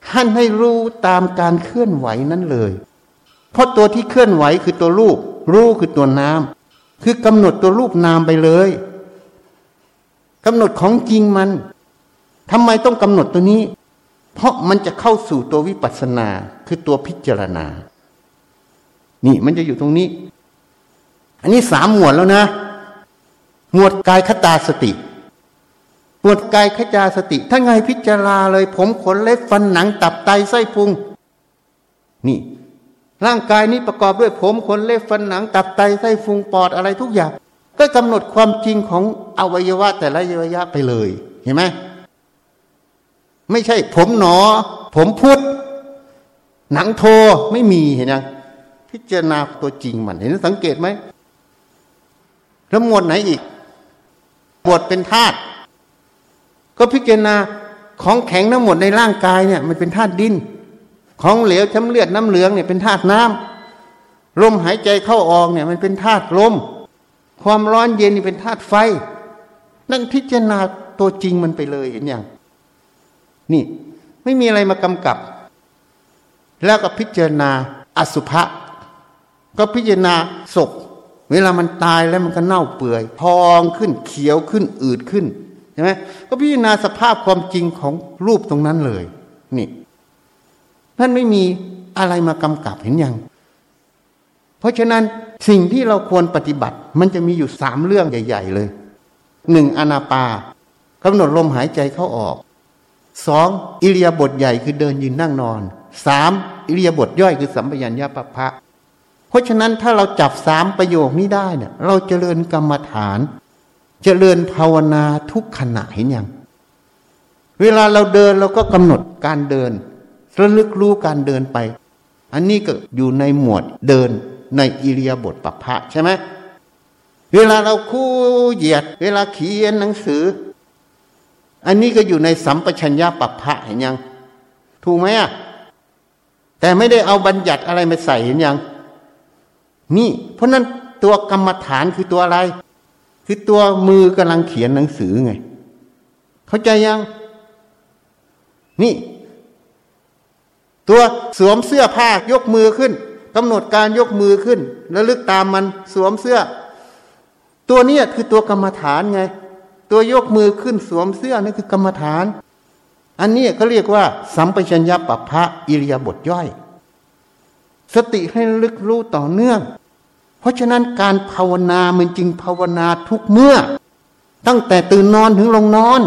ท่านให้รู้ตามการเคลื่อนไหวนั้นเลยเพราะตัวที่เคลื่อนไหวคือตัวรูปรู้คือตัวนามคือกำหนดตัวรูปนามไปเลยกำหนดของจริงมันทำไมต้องกำหนดตัวนี้เพราะมันจะเข้าสู่ตัววิปัสสนาคือตัวพิจารณานี่มันจะอยู่ตรงนี้อันนี้สามหมวดแล้วนะหมวดกายคตาสติหมวดกายคตาสติถ้าไงพิจารณาเลยผมขนเล็บฟันหนังตับไตไส้พุงนี่ร่างกายนี้ประกอบด้วยผมขนเล็บฟันหนังตับไตไส้พุงปอดอะไรทุกอย่างก็กำหนดความจริงของอวัยวะแต่ละอวัยวะไปเลยเห็นไหมไม่ใช่ผมหนอผมพุทธหนังโทไม่มีเห็นยังพิจารณาตัวจริงมันเห็นสังเกตไหมแล้วหมวดไหนอีกหมวดเป็นธาตุก็พิจารณาของแข็งทั้งหมดในร่างกายเนี่ยมันเป็นธาตุดินของเหลวช้ำเลือดน้ำเหลืองเนี่ยเป็นธาตุน้ำลมหายใจเข้าออกเนี่ยมันเป็นธาตุลมความร้อนเย็นนี่เป็นธาตุไฟนั่นพิจารณาตัวจริงมันไปเลยเห็นยังนี่ไม่มีอะไรมากำกับแล้วก็พิจารณาอสุภะก็พิจารณาศพเวลามันตายแล้วมันก็เน่าเปื่อยพองขึ้นเขียวขึ้นอืดขึ้นใช่ไหมก็พิจารณาสภาพความจริงของรูปตรงนั้นเลยนี่นั่นไม่มีอะไรมากำกับเห็นยังเพราะฉะนั้นสิ่งที่เราควรปฏิบัติมันจะมีอยู่สามเรื่องใหญ่ๆเลยหนึ่งอานาปากำหนดลมหายใจเข้าออกสองอิริยาบถใหญ่คือเดินยืนนั่งนอนสามอิริยาบถย่อยคือสัมปชัญญะปัปพะเพราะฉะนั้นถ้าเราจับสามประโยคนี้ได้เนี่ยเราเจริญกรรมฐานเจริญภาวนาทุกขณะเห็นยังเวลาเราเดินเราก็กำหนดการเดินระลึกรู้การเดินไปอันนี้ก็อยู่ในหมวดเดินในอิริยาบถปัปพะใช่ไหมเวลาเราคู่เหยียดเวลาเขียนหนังสืออันนี้ก็อยู่ในสัมปชัญญะปัปพะเห็นยังถูกไหมอ่ะแต่ไม่ได้เอาบัญญัติอะไรมาใส่เห็นยังนี่เพราะนั้นตัวกรรมฐานคือตัวอะไรคือตัวมือกำลังเขียนหนังสือไงเข้าใจยังนี่ตัวสวมเสื้อผ้ายกมือขึ้นกำหนดการยกมือขึ้นแล้วลึกตามมันสวมเสื้อตัวนี้คือตัวกรรมฐานไงตัวยกมือขึ้นสวมเสื้อนั่นคือกรรมฐานอันนี้เขาเรียกว่าสัมปชัญญะปัปพะอิริยาบถย่อยสติให้ลึกรู้ต่อเนื่องเพราะฉะนั้นการภาวนามันจึงภาวนาทุกเมื่อตั้งแต่ตื่นนอนถึงลงนอน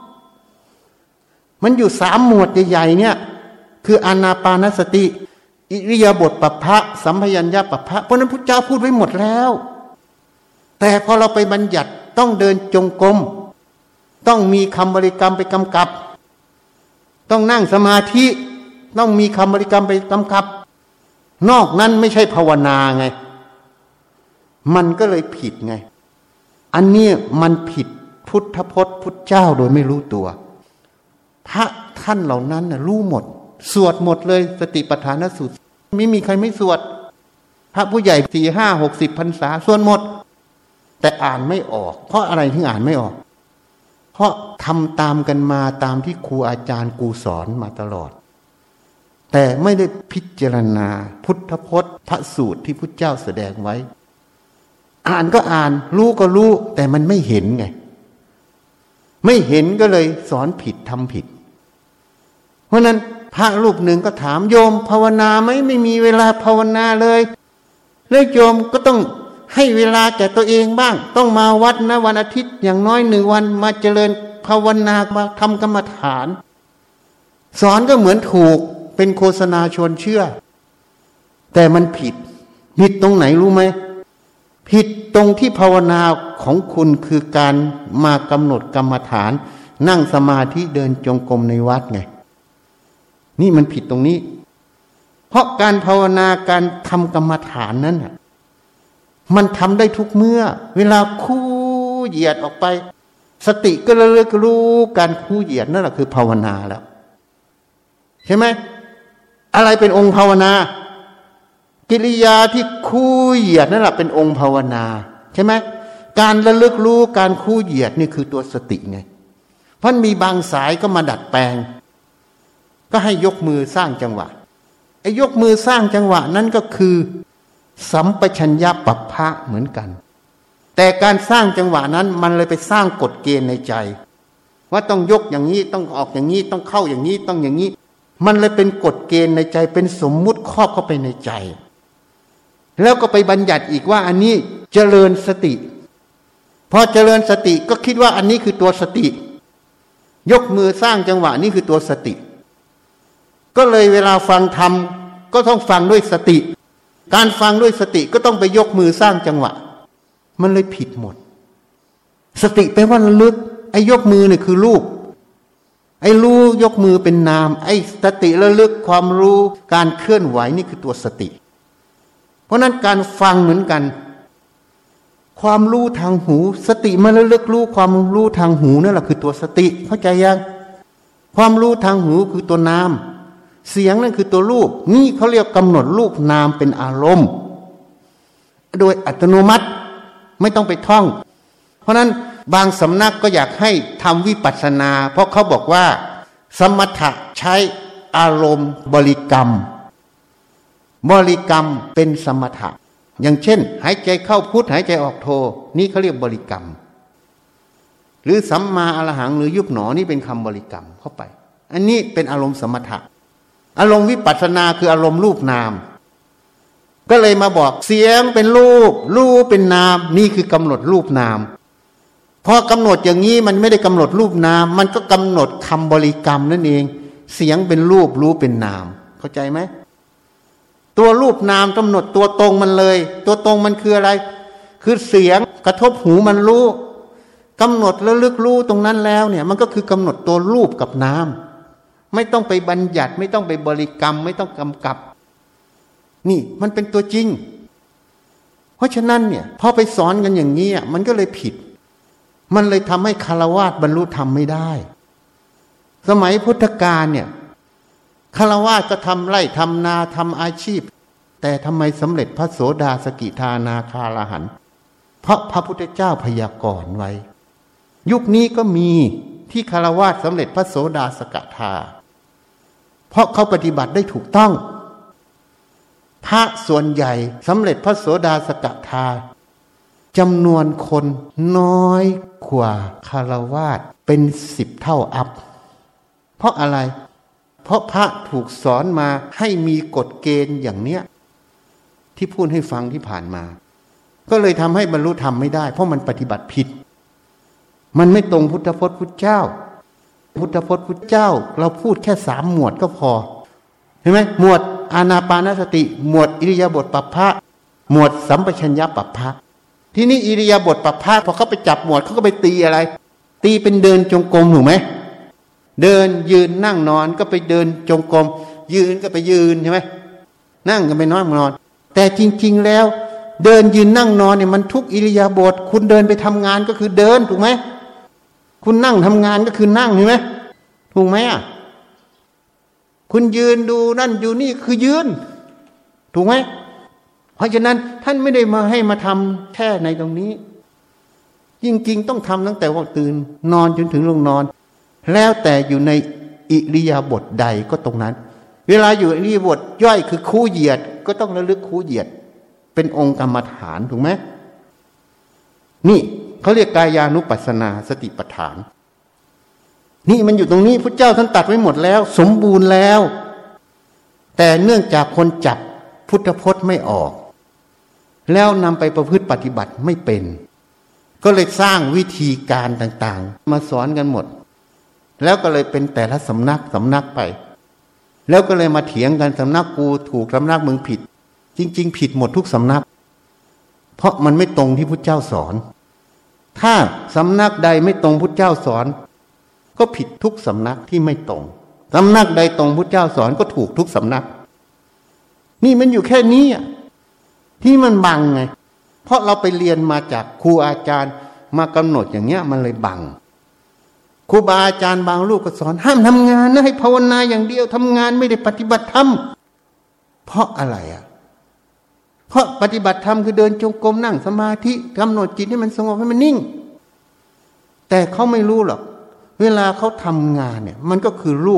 มันอยู่สามหมวดใหญ่ๆเนี่ยคืออานาปานสติอิริยาบถปัปพะสัมปชัญญะปัปพะเพราะนั้นพุทธเจ้าพูดไว้หมดแล้วแต่พอเราไปบัญญัติต้องเดินจงกรมต้องมีคำบริกรรมไปกำกับต้องนั่งสมาธิต้องมีคำบริกรรมไปกำกับนอกนั้นไม่ใช่ภาวนาไงมันก็เลยผิดไงอันนี้มันผิดพุทธพจน์พุทธเจ้าโดยไม่รู้ตัวพระท่านเหล่านั้นน่ะรู้หมดสวดหมดเลยสติปัฏฐานสูตรไม่มีใครไม่สวดพระผู้ใหญ่สี่ห้าหกสิบพรรษาสวดหมดแต่อ่านไม่ออกเพราะอะไรถึงอ่านไม่ออกเพราะทำตามกันมาตามที่ครูอาจารย์กูสอนมาตลอดแต่ไม่ได้พิจารณาพุทธพจน์พระสูตรที่พุทธเจ้าแสดงไว้อ่านก็อ่านรู้ก็รู้แต่มันไม่เห็นไงไม่เห็นก็เลยสอนผิดทำผิดเพราะนั้นพระรูปหนึ่งก็ถามโยมภาวนาไหมไม่มีเวลาภาวนาเลยแล้วโยมก็ต้องให้เวลาแก่ตัวเองบ้างต้องมาวัดนะวันอาทิตย์อย่างน้อยหนึ่งวันมาเจริญภาวนามาทำกรรมฐานสอนก็เหมือนถูกเป็นโฆษณาชวนเชื่อแต่มันผิดผิดตรงไหนรู้ไหมผิดตรงที่ภาวนาของคุณคือการมากำหนดกรรมฐานนั่งสมาธิเดินจงกรมในวัดไงนี่มันผิดตรงนี้เพราะการภาวนาการทำกรรมฐานนั้นมันทำได้ทุกเมื่อเวลาคู่เหยียดออกไปสติก็ระลึกรู้การคู่เหยียดนั่นแหละคือภาวนาแล้วใช่ไหมอะไรเป็นองค์ภาวนากิริยาที่คู่เหยียดนั่นแหละเป็นองค์ภาวนาใช่ไหมการระลึกรู้การคู่เหยียดนี่คือตัวสติไงเพราะมีบางสายก็มาดัดแปลงกก็ให้ยกมือสร้างจังหวะไอ้ยกมือสร้างจังหวะนั้นก็คือสัมปชัญญะปัปพะเหมือนกันแต่การสร้างจังหวะนั้นมันเลยไปสร้างกฎเกณฑ์ในใจว่าต้องยกอย่างนี้ต้องออกอย่างนี้ต้องเข้าอย่างนี้ต้องอย่างนี้มันเลยเป็นกฎเกณฑ์ในใจเป็นสมมุติครอบเข้าไปในใจแล้วก็ไปบัญญัติอีกว่าอันนี้เจริญสติพอเจริญสติก็คิดว่าอันนี้คือตัวสติยกมือสร้างจังหวะนี่คือตัวสติก็เลยเวลาฟังธรรมก็ต้องฟังด้วยสติการฟังด้วยสติก็ต้องไปยกมือสร้างจังหวะมันเลยผิดหมดสติแปลว่าระลึกไอ้ยกมือเนี่ยคือรูปไอ้รู้ยกมือเป็นนามไอ้สติระลึกความรู้การเคลื่อนไหวนี่คือตัวสติเพราะนั้นการฟังเหมือนกันความรู้ทางหูสติมันระลึกรู้ความรู้ทางหูนั่นแหละคือตัวสติเข้าใจยังความรู้ทางหูคือตัวนามเสียงนั่นคือตัวรูปนี่เขาเรียกกำหนดรูปนามเป็นอารมณ์โดยอัตโนมัติไม่ต้องไปท่องเพราะนั้นบางสำนักก็อยากให้ทำวิปัสสนาเพราะเขาบอกว่าสมถะใช้อารมณ์บริกรรมบริกรรมเป็นสมถะอย่างเช่นหายใจเข้าพุทหายใจออกโทนี่เขาเรียกบริกรรมหรือสัมมาอรหังหรือยุบหนอนี่เป็นคำบริกรรมเข้าไปอันนี้เป็นอารมณ์สมถะอารมณ์วิปัสสนาคืออารมณ์รูปนามก็เลยมาบอกเสียงเป็นรูปรูปเป็นนามนี่คือกำหนดรูปนามพอกำหนดอย่างนี้มันไม่ได้กำหนดรูปนามมันก็กำหนดคำบริกรรมนั่นเองเสียงเป็นรูปรู้เป็นนามเข้าใจไหมตัวรูปนามกำหนดตัวตรงมันเลยตัวตรงมันคืออะไรคือเสียงกระทบหูมันรู้กำหนดแล้วลึกรู้ตรงนั้นแล้วเนี่ยมันก็คือกำหนดตัวรูปกับนามไม่ต้องไปบัญญัติไม่ต้องไปบริกรรมไม่ต้องกำกับนี่มันเป็นตัวจริงเพราะฉะนั้นเนี่ยพอไปสอนกันอย่างนี้มันก็เลยผิดมันเลยทำให้ฆราวาสบรรลุธรรมไม่ได้สมัยพุทธกาลเนี่ยฆราวาสก็ทำไร่ทำนาทำอาชีพแต่ทำไมสำเร็จพระโสดาสกิทานาคาอรหันต์เพราะพระพุทธเจ้าพยากรณ์ไว้ยุคนี้ก็มีที่ฆราวาสสำเร็จพระโสดาสกิทาเพราะเขาปฏิบัติได้ถูกต้องพระส่วนใหญ่สำเร็จพระโสดาสกิทาจำนวนคนน้อยกว่าฆราวาสเป็นสิบเท่าอัพเพราะอะไรเพราะพระถูกสอนมาให้มีกฎเกณฑ์อย่างเนี้ยที่พูดให้ฟังที่ผ่านมาก็เลยทำให้บรรลุธรรมไม่ได้เพราะมันปฏิบัติผิดมันไม่ตรงพุทธพจน์พุทธเจ้าพุทธพจน์พุทธเจ้าเราพูดแค่สามหมวดก็พอเห็นไหมหมวดอานาปานสติหมวดอิริยาบถปัปพะหมวดสัมปชัญญะปัปพะที่นี่อิริยาบถปัปพะพอเขาไปจับหมวดเขาก็ไปตีอะไรตีเป็นเดินจงกรมถูกไหมเดินยืนนั่งนอนก็ไปเดินจงกรมยืนก็ไปยืนใช่ไหมนั่งก็ไปนอนนอนแต่จริงๆแล้วเดินยืนนั่งนอนเนี่ยมันทุกอิริยาบถคุณเดินไปทำงานก็คือเดินถูกไหมคุณนั่งทำงานก็คือนั่งใช่ไหมถูกไหมอ่ะคุณยืนดูนั่นอยู่นี่คือยืนถูกไหมเพราะฉะนั้นท่านไม่ได้มาให้มาทำแค่ในตรงนี้จริงๆต้องทำตั้งแต่ว่าตื่นนอนจนถึงลงนอนแล้วแต่อยู่ในอิริยาบถใดก็ตรงนั้นเวลาอยู่อิริยาบถย่อยคือคู่เหยียดก็ต้องระลึกคู่เหยียดเป็นองค์กรรมฐานถูกไหมนี่เขาเรียกกายานุปัสสนาสติปัฏฐานนี่มันอยู่ตรงนี้พุทธเจ้าท่านตัดไว้หมดแล้วสมบูรณ์แล้วแต่เนื่องจากคนจับพุทธพจน์ไม่ออกแล้วนำไปประพฤติปฏิบัติไม่เป็นก็เลยสร้างวิธีการต่างๆมาสอนกันหมดแล้วก็เลยเป็นแต่ละสำนักสำนักไปแล้วก็เลยมาเถียงกันสำนักกูถูกสำนักมึงผิดจริงๆผิดหมดทุกสำนักเพราะมันไม่ตรงที่พุทธเจ้าสอนถ้าสำนักใดไม่ตรงพุทธเจ้าสอนก็ผิดทุกสำนักที่ไม่ตรงสำนักใดตรงพุทธเจ้าสอนก็ถูกทุกสำนักนี่มันอยู่แค่นี้อ่ะที่มันบังไงเพราะเราไปเรียนมาจากครูอาจารย์มากำหนดอย่างเงี้ยมันเลยบังครูบาอาจารย์บางลูกก็สอนห้ามทำงานนะให้ภาวนาอย่างเดียวทำงานไม่ได้ปฏิบัติธรรมเพราะอะไรอ่ะเพราะปฏิบัติธรรมคือเดินจงกรมนั่งสมาธิกำหนดจิตให้มันสงบให้มันนิ่งแต่เขาไม่รู้หรอกเวลาเขาทำงานเนี่ยมันก็คือรูป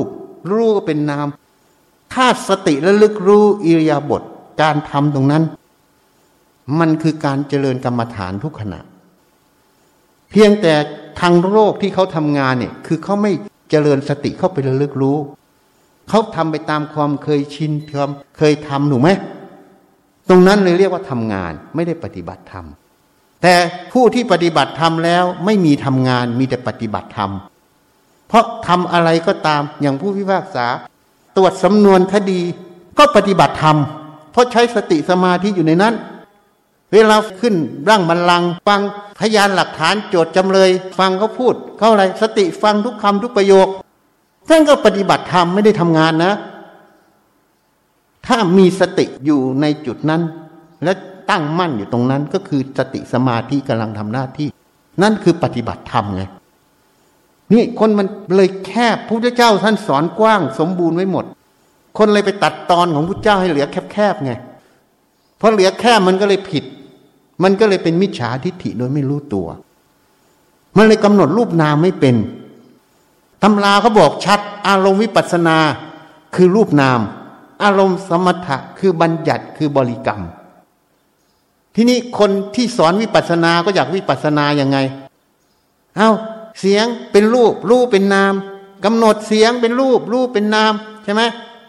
รู้ก็เป็นนามถ้าสติระลึกรู้อิริยาบถการทำตรงนั้นมันคือการเจริญกรรมฐานทุกขณะเพียงแต่ทางโลกที่เขาทำงานเนี่ยคือเขาไม่เจริญสติเข้าไประลึกรู้เขาทำไปตามความเคยชินความเคยทำถูกไหมตรงนั้นเลยเรียกว่าทำงานไม่ได้ปฏิบัติธรรมแต่ผู้ที่ปฏิบัติธรรมแล้วไม่มีทำงานมีแต่ปฏิบัติธรรมเพราะทำอะไรก็ตามอย่างผู้พิพากษาตรวจสำนวนคดีก็ปฏิบัติธรรมเพราะใช้สติสมาธิอยู่ในนั้นเวลาขึ้นร่างบัลลังก์ฟังพยานหลักฐานโจทย์จำเลยฟังเขาพูดเขาอะไรสติฟังทุกคำทุกประโยคท่านก็ปฏิบัติธรรมไม่ได้ทำงานนะถ้ามีสติอยู่ในจุดนั้นและตั้งมั่นอยู่ตรงนั้นก็คือสติสมาธิกำลังทำหน้าที่นั่นคือปฏิบัติธรรมไงนี่คนมันเลยแคบพระพุทธเจ้าท่านสอนกว้างสมบูรณ์ไว้หมดคนเลยไปตัดตอนของพระพุทธเจ้าให้เหลือแคบๆไงเพราะเหลือแคบมันก็เลยผิดมันก็เลยเป็นมิจฉาทิฏฐิโดยไม่รู้ตัวมันเลยกำหนดรูปนามไม่เป็นตำราเขาบอกชัดอารมณ์วิปัสสนาคือรูปนามอารมณ์สมถะคือบัญญัติคือบริกรรมทีนี้คนที่สอนวิปัสสนาก็อยากวิปัสสนาอย่างไงเอ้าเสียงเป็นรูปรูปเป็นนามกำหนดเสียงเป็นรูปรูปเป็นนามใช่ไหม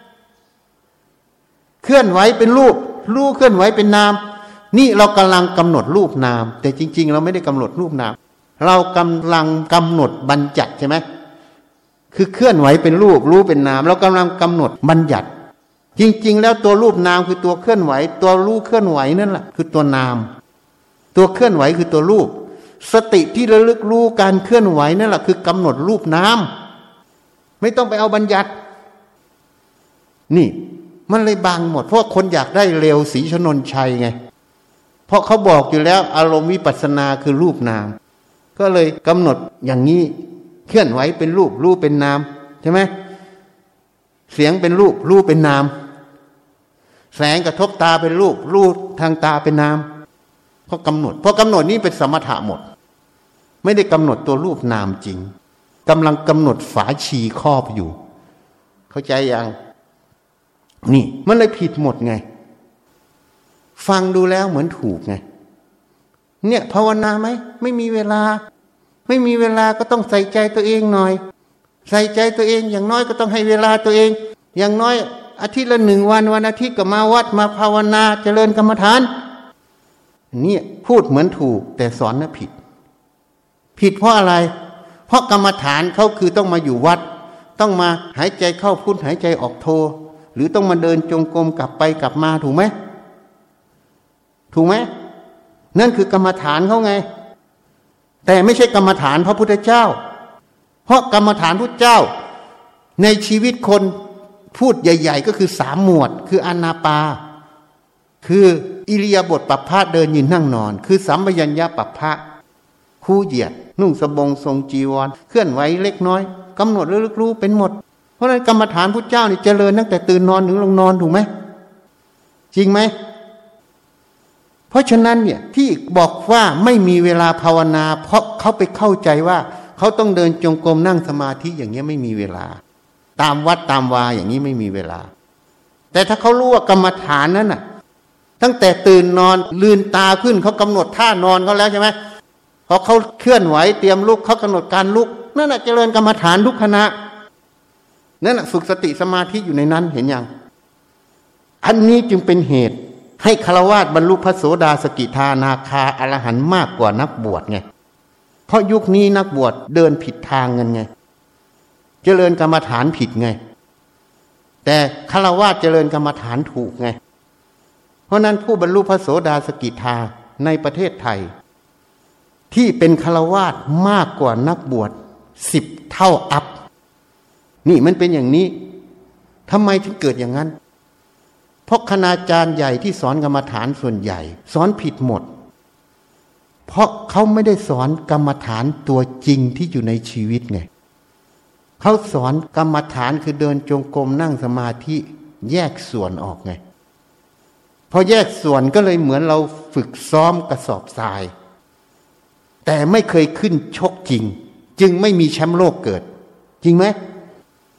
เคลื่อนไหวเป็นรูปรูปเคลื่อนไหวเป็นนามนี่เรากำลังกำหนดรูปนามแต่จริงๆเราไม่ได้กำหนดรูปนามเรากำลังกำหนดบัญญัติใช่ไหมคือเคลื่อนไหวเป็นรูปรูปเป็นนามเรากำลังกำหนดบัญญัติจริงๆแล้วตัวรูปนามคือตัวเคลื่อนไหวตัวรูปเคลื่อนไหวนั่นแหละคือตัวนามตัวเคลื่อนไหวคือตัวรูปสติที่ระลึกรู้การเคลื่อนไหวนั่นแหละคือกำหนดรูปนามไม่ต้องไปเอาบัญญัตินี่มันเลยบางหมดเพราะคนอยากได้เร็วศรีชนนชัยไงเพราะเขาบอกอยู่แล้วอารมณ์วิปัสสนาคือรูปนามก็เลยกำหนดอย่างนี้เคลื่อนไหวเป็นรูปรูปเป็นนามใช่ไหมเสียงเป็นรูปรูปเป็นนามแสงกระทบตาเป็นรูปรูปทางตาเป็นนามเพราะกำหนดเพราะกำหนดนี้เป็นสมถะหมดไม่ได้กำหนดตัวรูปนามจริงกำลังกำหนดฝาชีครอบอยู่เข้าใจยังนี่มันเลยผิดหมดไงฟังดูแล้วเหมือนถูกไงเนี่ยภาวนาไหมไม่มีเวลาไม่มีเวลาก็ต้องใส่ใจตัวเองหน่อยใส่ใจตัวเองอย่างน้อยก็ต้องให้เวลาตัวเองอย่างน้อยอาทิตย์ละหนึ่งวันวันอาทิตย์ก็มาวัดมาภาวนาเจริญกรรมฐานเนี่ยพูดเหมือนถูกแต่สอนน่ะผิดผิดเพราะอะไรเพราะกรรมฐานเขาคือต้องมาอยู่วัดต้องมาหายใจเข้าพุทหายใจออกโทหรือต้องมาเดินจงกรมกลับไปกลับมาถูกไหมถูกไหมนั่นคือกรรมฐานเขาไงแต่ไม่ใช่กรรมฐานพระพุทธเจ้าเพราะกรรมฐานพุทธเจ้าในชีวิตคนพูดใหญ่ๆก็คือสามหมวดคืออานาปาคืออิริยาบถปัปพะเดินยืนนั่งนอนคือสัมปชัญญะปัปพะคู่เหยียดนุ่งสบงทรงจีวรเคลื่อนไหวเล็กน้อยกำหนดระลึกรู้เป็นหมดเพราะฉะนั้นกรรมฐานพุทธเจ้านี่เจริญตั้งแต่ตื่นนอนถึงลงนอนถูกไหมจริงไหมเพราะฉะนั้นเนี่ยที่บอกว่าไม่มีเวลาภาวนาเพราะเขาไปเข้าใจว่าเขาต้องเดินจงกรมนั่งสมาธิอย่างเงี้ยไม่มีเวลาตามวัดตามวาอย่างนี้ไม่มีเวลาแต่ถ้าเขารู้ว่ากรรมฐานนั้นน่ะตั้งแต่ตื่นนอนลืมตาขึ้นเขากำหนดท่านอนเขาแล้วใช่ไหมพอเขาเคลื่อนไหวเตรียมลุกเขากำหนดการลุกนั่นแหะเจริญกรรมฐานทุกขณะนั่นแหะฝึกสติสมาธิอยู่ในนั้นเห็นยังอันนี้จึงเป็นเหตุให้ฆราวาสบรรลุพระโสดาสกิทานาคาอรหันต์มากกว่านักบวชไงเพราะยุคนี้นักบวชเดินผิดทางกันไงเจริญกรรมฐานผิดไงแต่ฆราวาสเจริญกรรมฐานถูกไงเพราะนั้นผู้บรรลุพระโสดาสกิทาในประเทศไทยที่เป็นฆราวาสมากกว่านักบวชสิบเท่าอัพนี่มันเป็นอย่างนี้ทำไมถึงเกิดอย่างนั้นเพราะคณาจารย์ใหญ่ที่สอนกรรมฐานส่วนใหญ่สอนผิดหมดเพราะเขาไม่ได้สอนกรรมฐานตัวจริงที่อยู่ในชีวิตไงเขาสอนกรรมฐานคือเดินจงกรมนั่งสมาธิแยกส่วนออกไงพอแยกส่วนก็เลยเหมือนเราฝึกซ้อมกระสอบทรายแต่ไม่เคยขึ้นชกจริงจึงไม่มีแชมป์โลกเกิดจริงไหม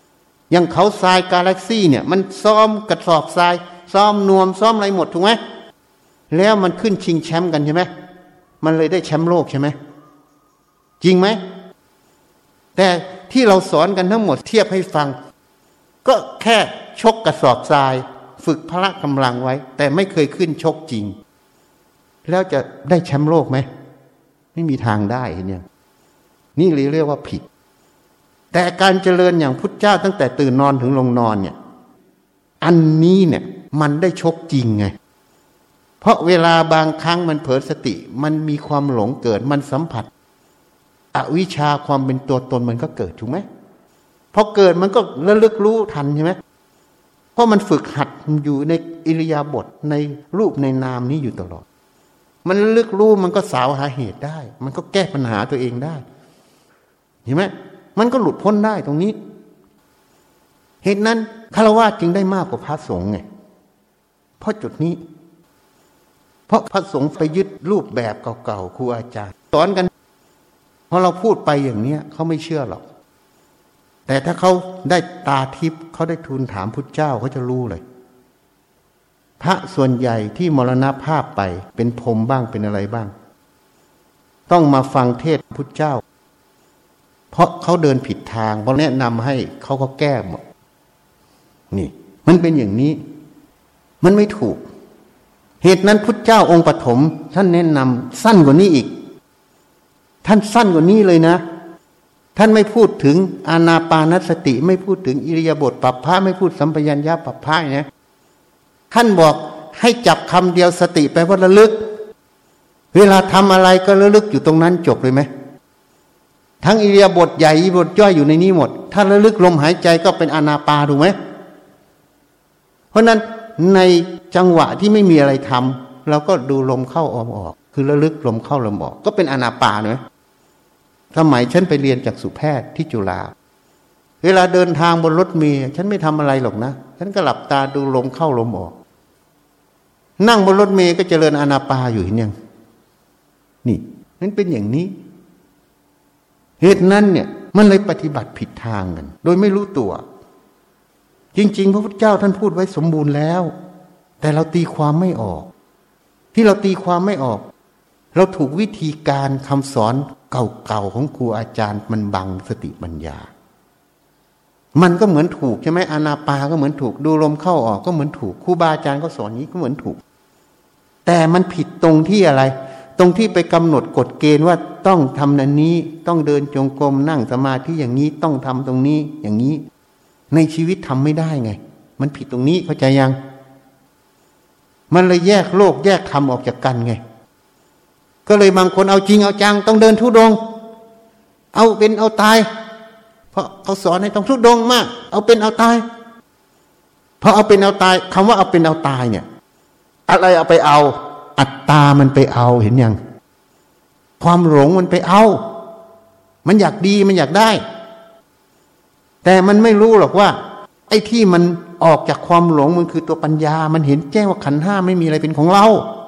อย่างเขาทรายกาแล็กซี่เนี่ยมันซ้อมกระสอบทรายซ้อมนวมซ้อมอะไรหมดถูกไหมแล้วมันขึ้นชิงแชมป์กันใช่ไหมมันเลยได้แชมป์โลกใช่ไหมจริงไหมแต่ที่เราสอนกันทั้งหมดเทียบให้ฟังก็แค่ชกกระสอบทรายฝึกพละกำลังไว้แต่ไม่เคยขึ้นชกจริงแล้วจะได้แชมป์โลกไหมไม่มีทางได้เห็นยังนี่เรียกว่าผิดแต่การเจริญอย่างพุทธเจ้าตั้งแต่ตื่นนอนถึงลงนอนเนี่ยอันนี้เนี่ยมันได้ชกจริงไงเพราะเวลาบางครั้งมันเผลอสติมันมีความหลงเกิดมันสัมผัสอวิชชาความเป็นตัวตนมันก็เกิดถูกไหมพอเกิดมันก็ระลึกรู้ทันใช่ไหมเพราะมันฝึกหัดอยู่ในอิริยาบถในรูปในนามนี้อยู่ตลอดมันระลึกรู้มันก็สาวหาเหตุได้มันก็แก้ปัญหาตัวเองได้เห็นไหมมันก็หลุดพ้นได้ตรงนี้เหตุนั้นฆราวาสจึงได้มากกว่าพระสงฆ์ไงเพราะจุดนี้เพราะพระสงฆ์ไปยึดรูปแบบเก่าๆครูอาจารย์สอนกันพอเราพูดไปอย่างนี้เขาไม่เชื่อหรอกแต่ถ้าเขาได้ตาทิพย์เขาได้ทูลถามพุทธเจ้าเขาจะรู้เลยพระส่วนใหญ่ที่มรณภาพไปเป็นพรหมบ้างเป็นอะไรบ้างต้องมาฟังเทศน์พุทธเจ้าเพราะเขาเดินผิดทางพอแนะนำให้เขาก็แก้หมดนี่มันเป็นอย่างนี้มันไม่ถูกเหตุนั้นพุทธเจ้าองค์ปฐมท่านแนะนำสั้นกว่านี้อีกท่านสั้นกว่านี้เลยนะท่านไม่พูดถึงอานาปานสติไม่พูดถึงอิริยาบถปัปพะไม่พูดสัมปชัญญะปัปพะนะท่านบอกให้จับคำเดียวสติไปว่าระลึกเวลาทำอะไรก็ระลึกอยู่ตรงนั้นจบเลยไหมทั้งอิริยาบถใหญ่อิริยาบถย่อยอยู่ในนี้หมดถ้าระลึกลมหายใจก็เป็นอานาปาถูกไหมเพราะนั้นในจังหวะที่ไม่มีอะไรทำเราก็ดูลมเข้าออกออกคือระลึกลมเข้าลมออกก็เป็นอานาปาเนอะสมัยฉันไปเรียนจากสุแพทย์ที่จุฬาเวลาเดินทางบนรถเมล์ฉันไม่ทำอะไรหรอกนะฉันก็หลับตาดูลมเข้าลมออกนั่งบนรถเมล์ก็เจริญอานาปาอยู่เห็นยังนี่มันเป็นอย่างนี้เหตุนั้นเนี่ยมันเลยปฏิบัติผิดทางกันโดยไม่รู้ตัวจริงๆพระพุทธเจ้าท่านพูดไว้สมบูรณ์แล้วแต่เราตีความไม่ออกที่เราตีความไม่ออกเราถูกวิธีการคำสอนเก่าๆของครูอาจารย์มันบังสติปัญญามันก็เหมือนถูกใช่ไหมอานาปาก็เหมือนถูกดูลมเข้าออกก็เหมือนถูกครูบาอาจารย์ก็สอนนี้ก็เหมือนถูกแต่มันผิดตรงที่อะไรตรงที่ไปกำหนดกฎเกณฑ์ว่าต้องทำนั้นนี้ต้องเดินจงกรมนั่งสมาธิอย่างนี้ต้องทำตรงนี้อย่างนี้ในชีวิตทำไม่ได้ไงมันผิดตรงนี้เข้าใจยังมันเลยแยกโลกแยกธรรมออกจากกันไงก็เลยบางคนเอาจริงเอาจังต้องเดินทุดงเอาเป็นเอาตายเพราะเขาสอนให้ต้องทุดงมากเอาเป็นเอาตายเพราะเอาเป็นเอาตายคำว่าเอาเป็นเอาตายเนี่ยอะไรเอาไปเอาอัตตามันไปเอาเห็นยังความหลงมันไปเอามันอยากดีมันอยากได้แต่มันไม่รู้หรอกว่าไอ้ที่มันออกจากความหลงมันคือตัวปัญญามันเห็นแจ้งว่าขันธ์ห้าไม่มีอะไรเป็นของเรา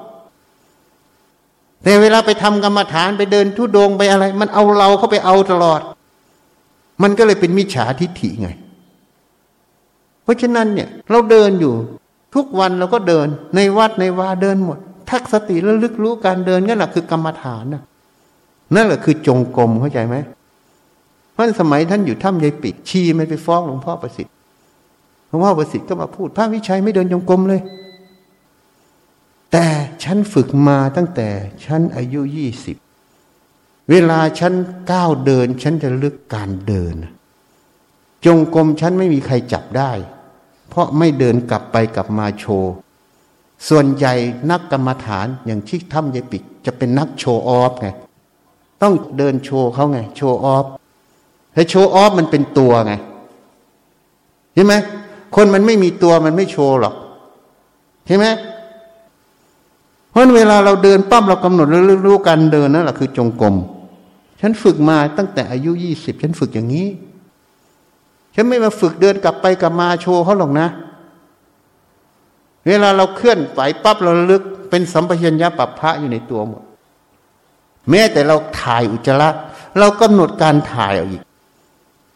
แต่เวลาไปทำกรรมฐานไปเดินทุดงไปอะไรมันเอาเราเข้าไปเอาตลอดมันก็เลยเป็นมิจฉาทิฏฐิไงเพราะฉะนั้นเนี่ยเราเดินอยู่ทุกวันเราก็เดินในวัดในวาเดินหมดทักสติระลึกรู้การเดินนั่นแหละคือกรรมฐานนะนั่นแหละคือจงกรมเข้าใจไหมเพราะสมัยท่านอยู่ถ้ำยายปิดชีไม่ไปฟ้องหลวงพ่อประสิทธิ์หลวงพ่อประสิทธิ์ก็มาพูดพระวิชัยไม่เดินจงกรมเลยแต่ฉันฝึกมาตั้งแต่ฉันอายุยี่สิบเวลาฉันก้าวเดินฉันจะลึกการเดินจงกรมฉันไม่มีใครจับได้เพราะไม่เดินกลับไปกลับมาโชว์ส่วนใหญ่นักกรรมฐานอย่างที่ถ้ำยายปิดจะเป็นนักโชว์ออฟไงต้องเดินโชว์เขาไงโชว์ออฟให้โชว์ออฟมันเป็นตัวไงใช่ไหมคนมันไม่มีตัวมันไม่โชว์หรอกใช่ไหมเพราะเวลาเราเดินปั๊บเรากำหนดรู้การเดินนั่นแหละคือจงกรมฉันฝึกมาตั้งแต่อายุยี่สิบฉันฝึกอย่างนี้ฉันไม่มาฝึกเดินกลับไปกลับมาโชว์เขาหรอกนะเวลาเราเคลื่อนไหวปั๊บเราลึกเป็นสัมปชัญญะปัปพะอยู่ในตัวหมดแม้แต่เราถ่ายอุจจาระเรากำหนดการถ่ายเอาอีก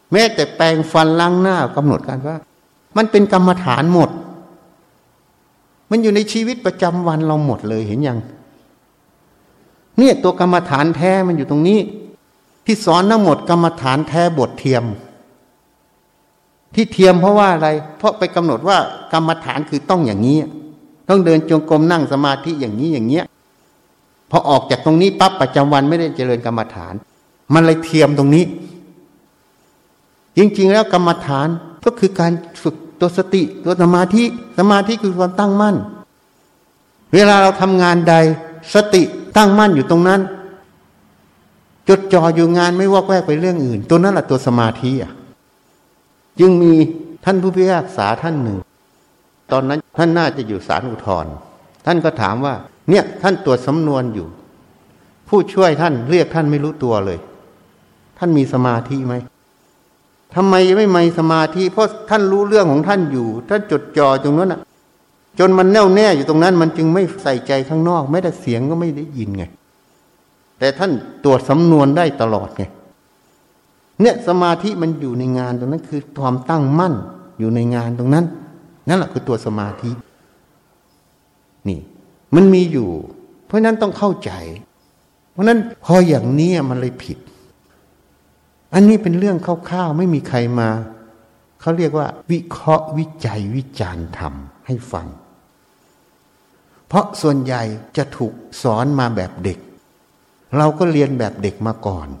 แม้แต่แปรงฟันล้างหน้ากำหนดการว่ามันเป็นกรรมฐานหมดมันอยู่ในชีวิตประจำวันเราหมดเลยเห็นยังเนี่ยตัวกรรมฐานแท้มันอยู่ตรงนี้ที่สอนทั้งหมดกรรมฐานแท้บทเทียมที่เทียมเพราะว่าอะไรเพราะไปกำหนดว่ากรรมฐานคือต้องอย่างนี้ต้องเดินจงกรมนั่งสมาธิอย่างนี้อย่างเงี้ยพอออกจากตรงนี้ปั๊บประจำวันไม่ได้เจริญกรรมฐานมันเลยเทียมตรงนี้จริงๆแล้วกรรมฐานก็คือการฝึกตัวสติตัวสมาธิสมาธิคือความตั้งมั่นเวลาเราทำงานใดสติตั้งมั่นอยู่ตรงนั้นจดจ่ออยู่งานไม่วอกแวกไปเรื่องอื่นตัวนั้นแหละตัวสมาธิอ่ะจึงมีท่านผู้พิพากษาท่านหนึ่งตอนนั้นท่านน่าจะอยู่ศาลอุทธรณ์ท่านก็ถามว่าเนี่ยท่านตรวจสำนวนอยู่ผู้ช่วยท่านเรียกท่านไม่รู้ตัวเลยท่านมีสมาธิไหมทำไมไม่มีสมาธิเพราะท่านรู้เรื่องของท่านอยู่ท่านจดจ่อตรงนั้นน่ะจนมันแน่วแน่อยู่ตรงนั้นมันจึงไม่ใส่ใจข้างนอกแม้แต่เสียงก็ไม่ได้ยินไงแต่ท่านตรวจสำนวนได้ตลอดไงเนี่ยสมาธิมันอยู่ในงานตรงนั้นคือความตั้งมั่นอยู่ในงานตรงนั้นนั่นแหละคือตัวสมาธินี่มันมีอยู่เพราะนั้นต้องเข้าใจเพราะนั้นพออย่างนี้มันเลยผิดอันนี้เป็นเรื่องคร่าวๆไม่มีใครมาเขาเรียกว่าวิเคราะห์วิจัยวิจารณ์ธรรมให้ฟังเพราะส่วนใหญ่จะถูกสอนมาแบบเด็กเราก็เรียนแบบเด็กมาก่อน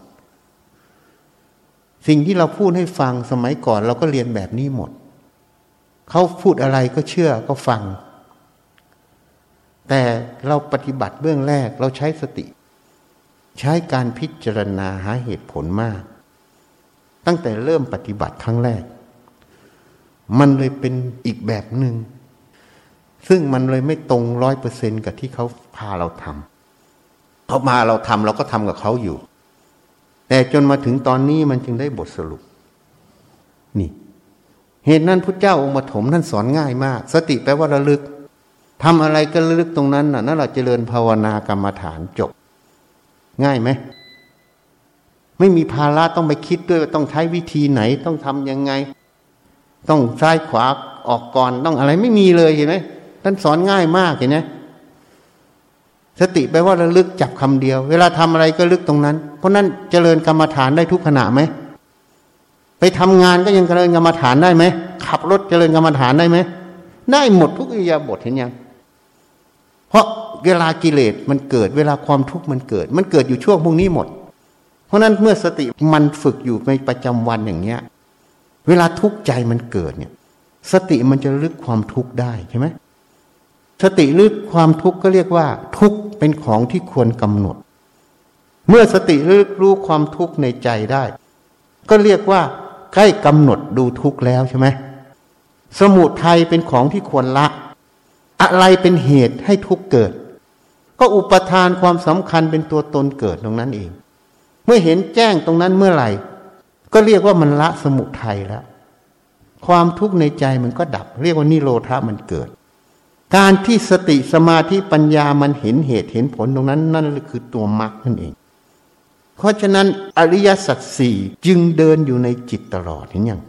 สิ่งที่เราพูดให้ฟังสมัยก่อนเราก็เรียนแบบนี้หมดเขาพูดอะไรก็เชื่อก็ฟังแต่เราปฏิบัติเบื้องแรกเราใช้สติใช้การพิจารณาหาเหตุผลมากตั้งแต่เริ่มปฏิบัติครั้งแรกมันเลยเป็นอีกแบบหนึ่งซึ่งมันเลยไม่ตรงร้อยเปอร์เซ็นต์กับที่เขาพาเราทำเขามาเราทำเราก็ทำกับเขาอยู่แต่จนมาถึงตอนนี้มันจึงได้บทสรุปนี่เหตุนั้นพุทธเจ้าองค์ปฐมท่านสอนง่ายมากสติแปลว่าระลึกทำอะไรก็ระลึกตรงนั้นน่ะนั่นเราเจริญภาวนากรรมฐานจบง่ายไหมไม่มีภาระต้องไปคิดด้วยว่าต้องใช้วิธีไหนต้องทำยังไงต้องซ้ายขวาออกก่อนต้องอะไรไม่มีเลยเห็นไหมท่านสอนง่ายมากเห็นไหมสติแปลว่าระลึกจับคำเดียวเวลาทำอะไรก็ลึกตรงนั้นเพราะนั้นเจริญกรรมฐานได้ทุกขณะไหมไปทำงานก็ยังเจริญกรรมฐานได้ไหมขับรถเจริญกรรมฐานได้ไหมได้หมดทุกอิริยาบถเห็นยังเพราะเวลากิเลสมันเกิดเวลาความทุกข์มันเกิดมันเกิดอยู่ช่วงพวกนี้หมดเพราะนั้นเมื่อสติมันฝึกอยู่ในประจำวันอย่างเงี้ยเวลาทุกข์ใจมันเกิดเนี่ยสติมันจะลึกความทุกข์ได้ใช่ไหมสติลึกความทุกข์ก็เรียกว่าทุกข์เป็นของที่ควรกำหนดเมื่อสติลึกรู้ความทุกข์ในใจได้ก็เรียกว่าใกล้กำหนดดูทุกข์แล้วใช่ไหมสมุทัยเป็นของที่ควรละอะไรเป็นเหตุให้ทุกข์เกิดก็อุปทานความสำคัญเป็นตัวตนเกิดตรงนั้นเองเมื่อเห็นแจ้งตรงนั้นเมื่อไหร่ก็เรียกว่ามันละสมุทัยแล้วความทุกข์ในใจมันก็ดับเรียกว่านิโรธามันเกิดการที่สติสมาธิปัญญามันเห็นเหตุเห็นผลตรงนั้นนั่นคือตัวมรรคนั่นเองเพราะฉะนั้นอริยสัจสี่จึงเดินอยู่ในจิตตลอดเห็นยัง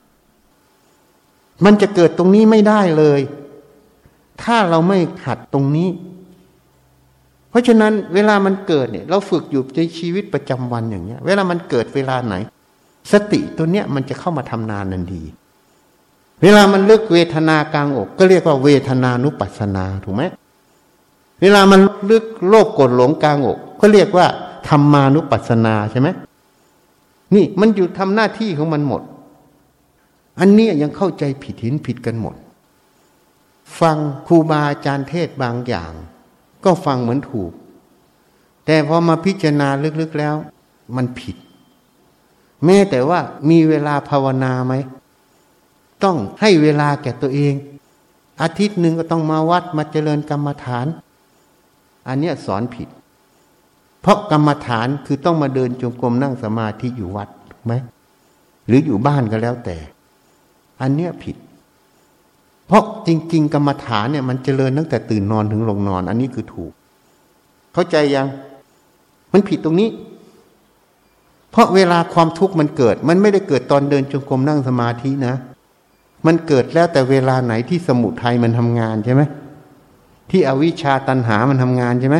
มันจะเกิดตรงนี้ไม่ได้เลยถ้าเราไม่หัดตรงนี้เพราะฉะนั้นเวลามันเกิดเนี่ยเราฝึกอยู่ในชีวิตประจำวันอย่างเงี้ยเวลามันเกิดเวลาไหนสติตัวเนี้ยมันจะเข้ามาทำงานทันทีเวลามันลึกเวทนากลางอกก็เรียกว่าเวทนานุปัสสนาถูกไหมเวลามันลึกโลภโกรธหลงกลางอกก็เรียกว่าธรรมานุปัสสนาใช่ไหมนี่มันอยู่ทำหน้าที่ของมันหมดอันนี้ยังเข้าใจผิดหินผิดกันหมดฟังครูบาอาจารย์เทศบางอย่างก็ฟังเหมือนถูกแต่พอมาพิจารณาลึกๆแล้วมันผิดแม้แต่ว่ามีเวลาภาวนาไหมต้องให้เวลาแก่ตัวเองอาทิตย์หนึ่งก็ต้องมาวัดมาเจริญกรรมฐานอันเนี้ยสอนผิดเพราะกรรมฐานคือต้องมาเดินจงกรมนั่งสมาธิอยู่วัดถูกไหมหรืออยู่บ้านก็แล้วแต่อันเนี้ยผิดเพราะจริงๆกรรมฐานเนี่ยมันเจริญตั้งแต่ตื่นนอนถึงลงนอนอันนี้คือถูกเข้าใจยังมันผิดตรงนี้เพราะเวลาความทุกข์มันเกิดมันไม่ได้เกิดตอนเดินจงกรมนั่งสมาธินะมันเกิดแล้วแต่เวลาไหนที่สมุทัยมันทำงานใช่ไหมที่อวิชชาตัณหามันทำงานใช่ไหม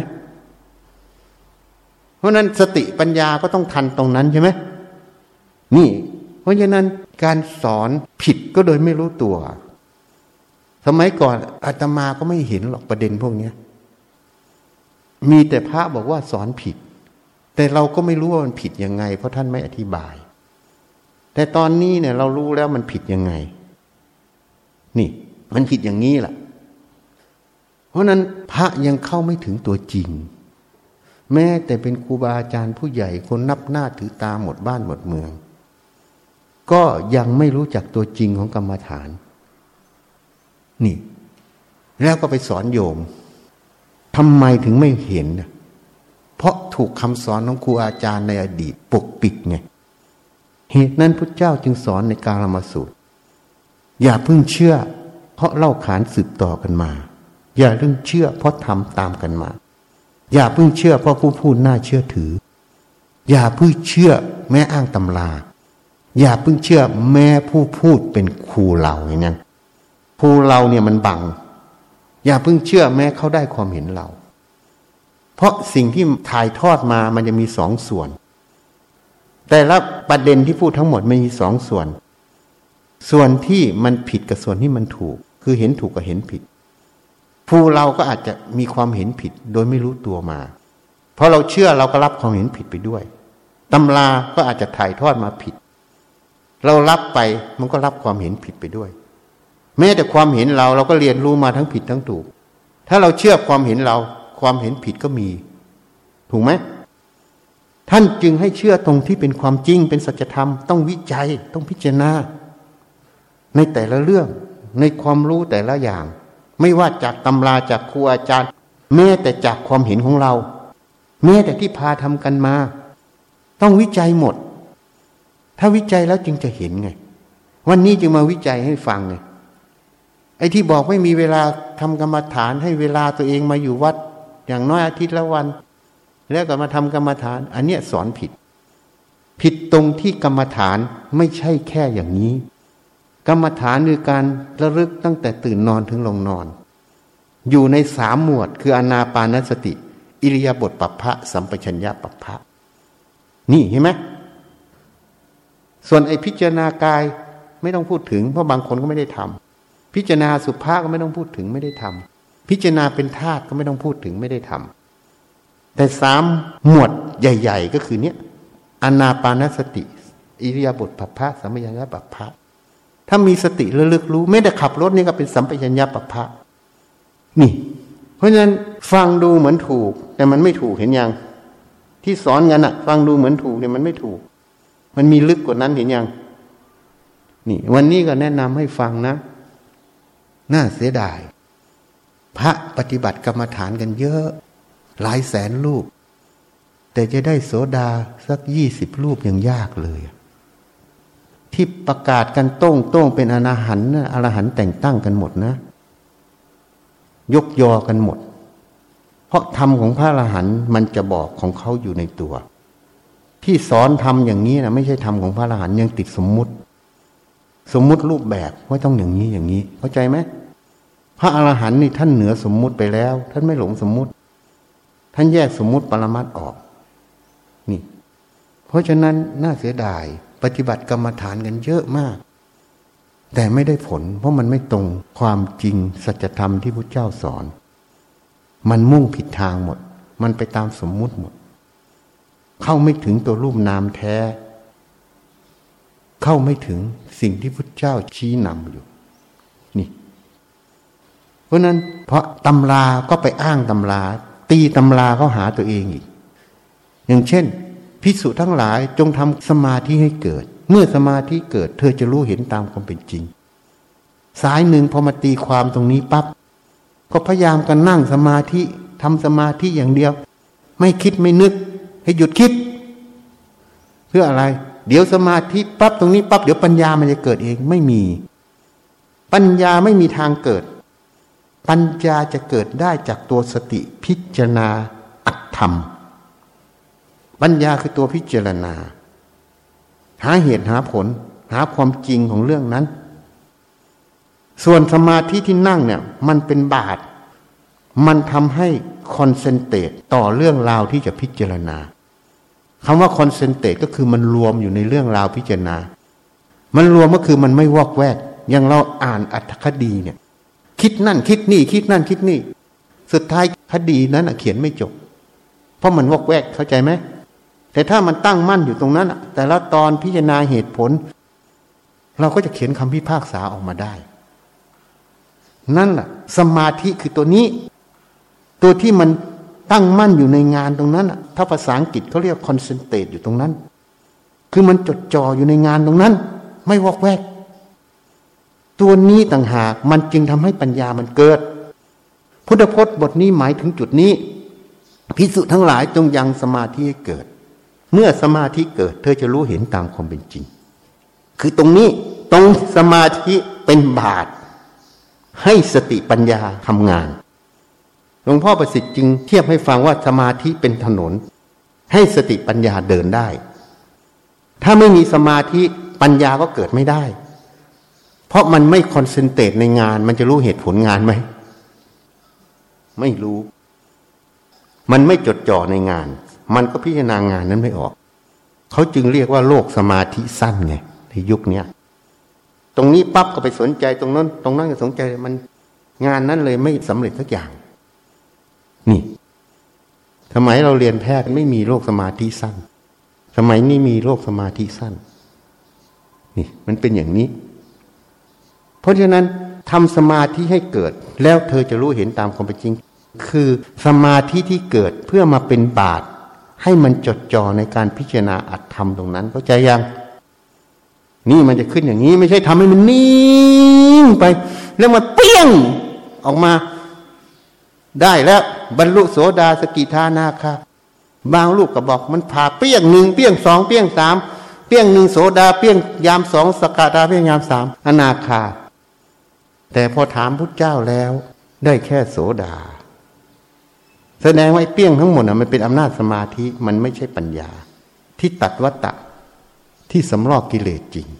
เพราะนั้นสติปัญญาก็ต้องทันตรงนั้นใช่ไหมนี่เพราะฉะนั้นการสอนผิดก็โดยไม่รู้ตัวสมัยก่อนอาตมาก็ไม่เห็นหรอกประเด็นพวกนี้มีแต่พระบอกว่าสอนผิดแต่เราก็ไม่รู้ว่ามันผิดยังไงเพราะท่านไม่อธิบายแต่ตอนนี้เนี่ยเรารู้แล้วมันผิดยังไงนี่มันผิดอย่างนี้แหละเพราะนั้นพระยังเข้าไม่ถึงตัวจริงแม้แต่เป็นครูบาอาจารย์ผู้ใหญ่คนนับหน้าถือตาหมดบ้านหมดเมืองก็ยังไม่รู้จักตัวจริงของกรรมฐานนี่แล้วก็ไปสอนโยมทำไมถึงไม่เห็นเพราะถูกคำสอนของครูอาจารย์ในอดีตปกปิดไงเหตุนั้นพุทธเจ้าจึงสอนในกาลามสูตรอย่าเพิ่งเชื่อเพราะเล่าขานสืบต่อกันมาอย่าเพิ่งเชื่อเพราะทำตามกันมาอย่าเพิ่งเชื่อเพราะผู้พูดน่าเชื่อถืออย่าเพิ่งเชื่อแม้อ้างตำราอย่าเพิ่งเชื่อแม้ผู้พูดเป็นครูเราอย่างนั้นครูเราเนี่ยมันบังอย่าเพิ่งเชื่อแม้เขาได้ความเห็นเราเพราะสิ่งที่ถ่ายทอดมามันจะมีสองส่วนแต่ละประเด็นที่พูดทั้งหมดมันมีสองส่วนส่วนที่มันผิดกับส่วนที่มันถูกคือเห็นถูกกับเห็นผิดผู้เราก็อาจจะมีความเห็นผิดโดยไม่รู้ตัวมาเพราะเราเชื่อเราก็รับความเห็นผิดไปด้วยตำราก็อาจจะถ่ายทอดมาผิดเรารับไปมันก็รับความเห็นผิดไปด้วยแม้แต่ความเห็นเราเราก็เรียนรู้มาทั้งผิดทั้งถูกถ้าเราเชื่อความเห็นเราความเห็นผิดก็มีถูกไหมท่านจึงให้เชื่อตรงที่เป็นความจริงเป็นสัจธรรมต้องวิจัยต้องพิจารณาในแต่ละเรื่องในความรู้แต่ละอย่างไม่ว่าจากตำราจากครูอาจารย์แม้แต่จากความเห็นของเราแม้แต่ที่พาทำกันมาต้องวิจัยหมดถ้าวิจัยแล้วจึงจะเห็นไงวันนี้จึงมาวิจัยให้ฟังไงไอ้ที่บอกไม่มีเวลาทำกรรมฐานให้เวลาตัวเองมาอยู่วัดอย่างน้อยอาทิตย์ละวันแล้วก็มาทำกรรมฐานอันเนี้ยสอนผิดผิดตรงที่กรรมฐานไม่ใช่แค่อย่างนี้กรรมฐานคือการระลึกตั้งแต่ตื่นนอนถึงลงนอนอยู่ในสามหมวดคืออานาปานสติอิริยาบถปัปพะสัมปชัญญะปัปพะนี่เห็นไหมส่วนไอ้พิจารณากายไม่ต้องพูดถึงเพราะบางคนก็ไม่ได้ทำพิจารณาสุภาก็ไม่ต้องพูดถึงไม่ได้ทำพิจารณาเป็นธาตุก็ไม่ต้องพูดถึงไม่ได้ทำแต่สามหมวดใหญ่ๆก็คือเนี้ยอานาปานสติอิริยาบถปัปพะสัมปชัญญะปัปพะถ้ามีสติระลึกรู้ไม่ได้ขับรถนี่ก็เป็นสัมปชัญญะปัปพะนี่เพราะฉะนั้นฟังดูเหมือนถูกแต่มันไม่ถูกเห็นยังที่สอนกันอะฟังดูเหมือนถูกเนี่ยมันไม่ถูกมันมีลึกกว่านั้นเห็นยังนี่วันนี้ก็แนะนำให้ฟังนะน่าเสียดายพระปฏิบัติกรรมฐานกันเยอะหลายแสนรูปแต่จะได้โสดาสักยี่สิบรูปยังยากเลยที่ประกาศกันโต้งโต้งเป็นอรหันต์นะอรหันต์แต่งตั้งกันหมดนะยกยอกันหมดเพราะธรรมของพระอรหันต์มันจะบอกของเขาอยู่ในตัวที่สอนทำอย่างนี้นะไม่ใช่ธรรมของพระอรหันต์ยังติดสมมุติสมมุติรูปแบบว่าต้องอย่างนี้อย่างนี้เข้าใจไหมพระอรหันต์นี่ท่านเหนือสมมุติไปแล้วท่านไม่หลงสมมุติท่านแยกสมมุติปรมัตถ์ออกนี่เพราะฉะนั้นน่าเสียดายปฏิบัติกรรมฐานกันเยอะมากแต่ไม่ได้ผลเพราะมันไม่ตรงความจริงสัจธรรมที่พระเจ้าสอนมันมุ่งผิดทางหมดมันไปตามสมมุติหมดเข้าไม่ถึงตัวรูปนามแท้เข้าไม่ถึงสิ่งที่พระเจ้าชี้นำอยู่นี่เพราะนั้นเพราะตำราก็ไปอ้างตำราตีตำราเขาหาตัวเองอีกอย่างเช่นภิกษุทั้งหลายจงทำสมาธิให้เกิดเมื่อสมาธิเกิดเธอจะรู้เห็นตามความเป็นจริงสายหนึ่งพอมาตีความตรงนี้ปั๊บก็พยายามกันนั่งสมาธิทำสมาธิอย่างเดียวไม่คิดไม่นึกให้หยุดคิดเพื่ออะไรเดี๋ยวสมาธิปั๊บตรงนี้ปั๊บเดี๋ยวปัญญามันจะเกิดเองไม่มีปัญญาไม่มีทางเกิดปัญญาจะเกิดได้จากตัวสติพิจารณาอัตธรรมปัญญาคือตัวพิจารณาหาเหตุหาผลหาความจริงของเรื่องนั้นส่วนสมาธิที่นั่งเนี่ยมันเป็นบาตรมันทำให้คอนเซนเทรตต่อเรื่องราวที่จะพิจารณาคำว่าคอนเซนเทรตก็คือมันรวมอยู่ในเรื่องราวพิจารณามันรวมก็คือมันไม่วอกแวกอย่างเราอ่านอรรถคดีเนี่ยคิดนั่นคิดนี่คิดนั่นคิดนี่สุดท้ายคดีนั้นเขียนไม่จบเพราะมันวอกแวกเข้าใจไหมแต่ถ้ามันตั้งมั่นอยู่ตรงนั้นแต่ละตอนพิจารณาเหตุผลเราก็จะเขียนคำพิพากษาออกมาได้นั่นแหละสมาธิคือตัวนี้ตัวที่มันตั้งมั่นอยู่ในงานตรงนั้นถ้าภาษาอังกฤษเขาเรียกคอนเซนเทรตอยู่ตรงนั้นคือมันจดจ่ออยู่ในงานตรงนั้นไม่วอกแวกตัวนี้ต่างหากมันจึงทำให้ปัญญามันเกิดพุทธพจน์บทนี้หมายถึงจุดนี้ภิกษุทั้งหลายจงยังสมาธิให้เกิดเมื่อสมาธิเกิดเธอจะรู้เห็นตามความเป็นจริงคือตรงนี้ตรงสมาธิเป็นบาตรให้สติปัญญาทำงานหลวงพ่อประสิทธิ์จึงเทียบให้ฟังว่าสมาธิเป็นถนนให้สติปัญญาเดินได้ถ้าไม่มีสมาธิปัญญาก็เกิดไม่ได้เพราะมันไม่คอนเซนเทรตในงานมันจะรู้เหตุผลงานไหมไม่รู้มันไม่จดจ่อในงานมันก็พิจารณางานนั้นไม่ออกเขาจึงเรียกว่าโลกสมาธิสั้นไงในยุคนี้ตรงนี้ปั๊บก็ไปสนใจตรงนั้นตรงนั้นก็สนใจมันงานนั้นเลยไม่สำเร็จสักอย่างนี่สมัยเราเรียนแพทย์ไม่มีโรคสมาธิสั้นสมัยนี้มีโรคสมาธิสั้นนี่มันเป็นอย่างนี้เพราะฉะนั้นทำสมาธิให้เกิดแล้วเธอจะรู้เห็นตามความเป็นจริงคือสมาธิที่เกิดเพื่อมาเป็นบาตรให้มันจดจ่อในการพิจารณาอัตธรรมตรงนั้นเข้าใจยังนี่มันจะขึ้นอย่างนี้ไม่ใช่ทำให้มันนิ่งไปแล้วมันเปี้ยงออกมาได้แล้วบรรลุโสดาสกิทานาคาบางลูกก็บอกมันผ่าเปี้ยงหนึ่งเปี้ยงสองเปี้ยงสามเปี้ยงหนึ่งโสดาเปี้ยงยามสองสกทาเปี้ยงยามสามอนาคาแต่พอถามพุทธเจ้าแล้วได้แค่โสดาแสดงว่าไอ้เปี้ยงทั้งหมดมันเป็นอำนาจสมาธิมันไม่ใช่ปัญญาที่ตัดวัฏฏะที่สำรอกกิเลสจริง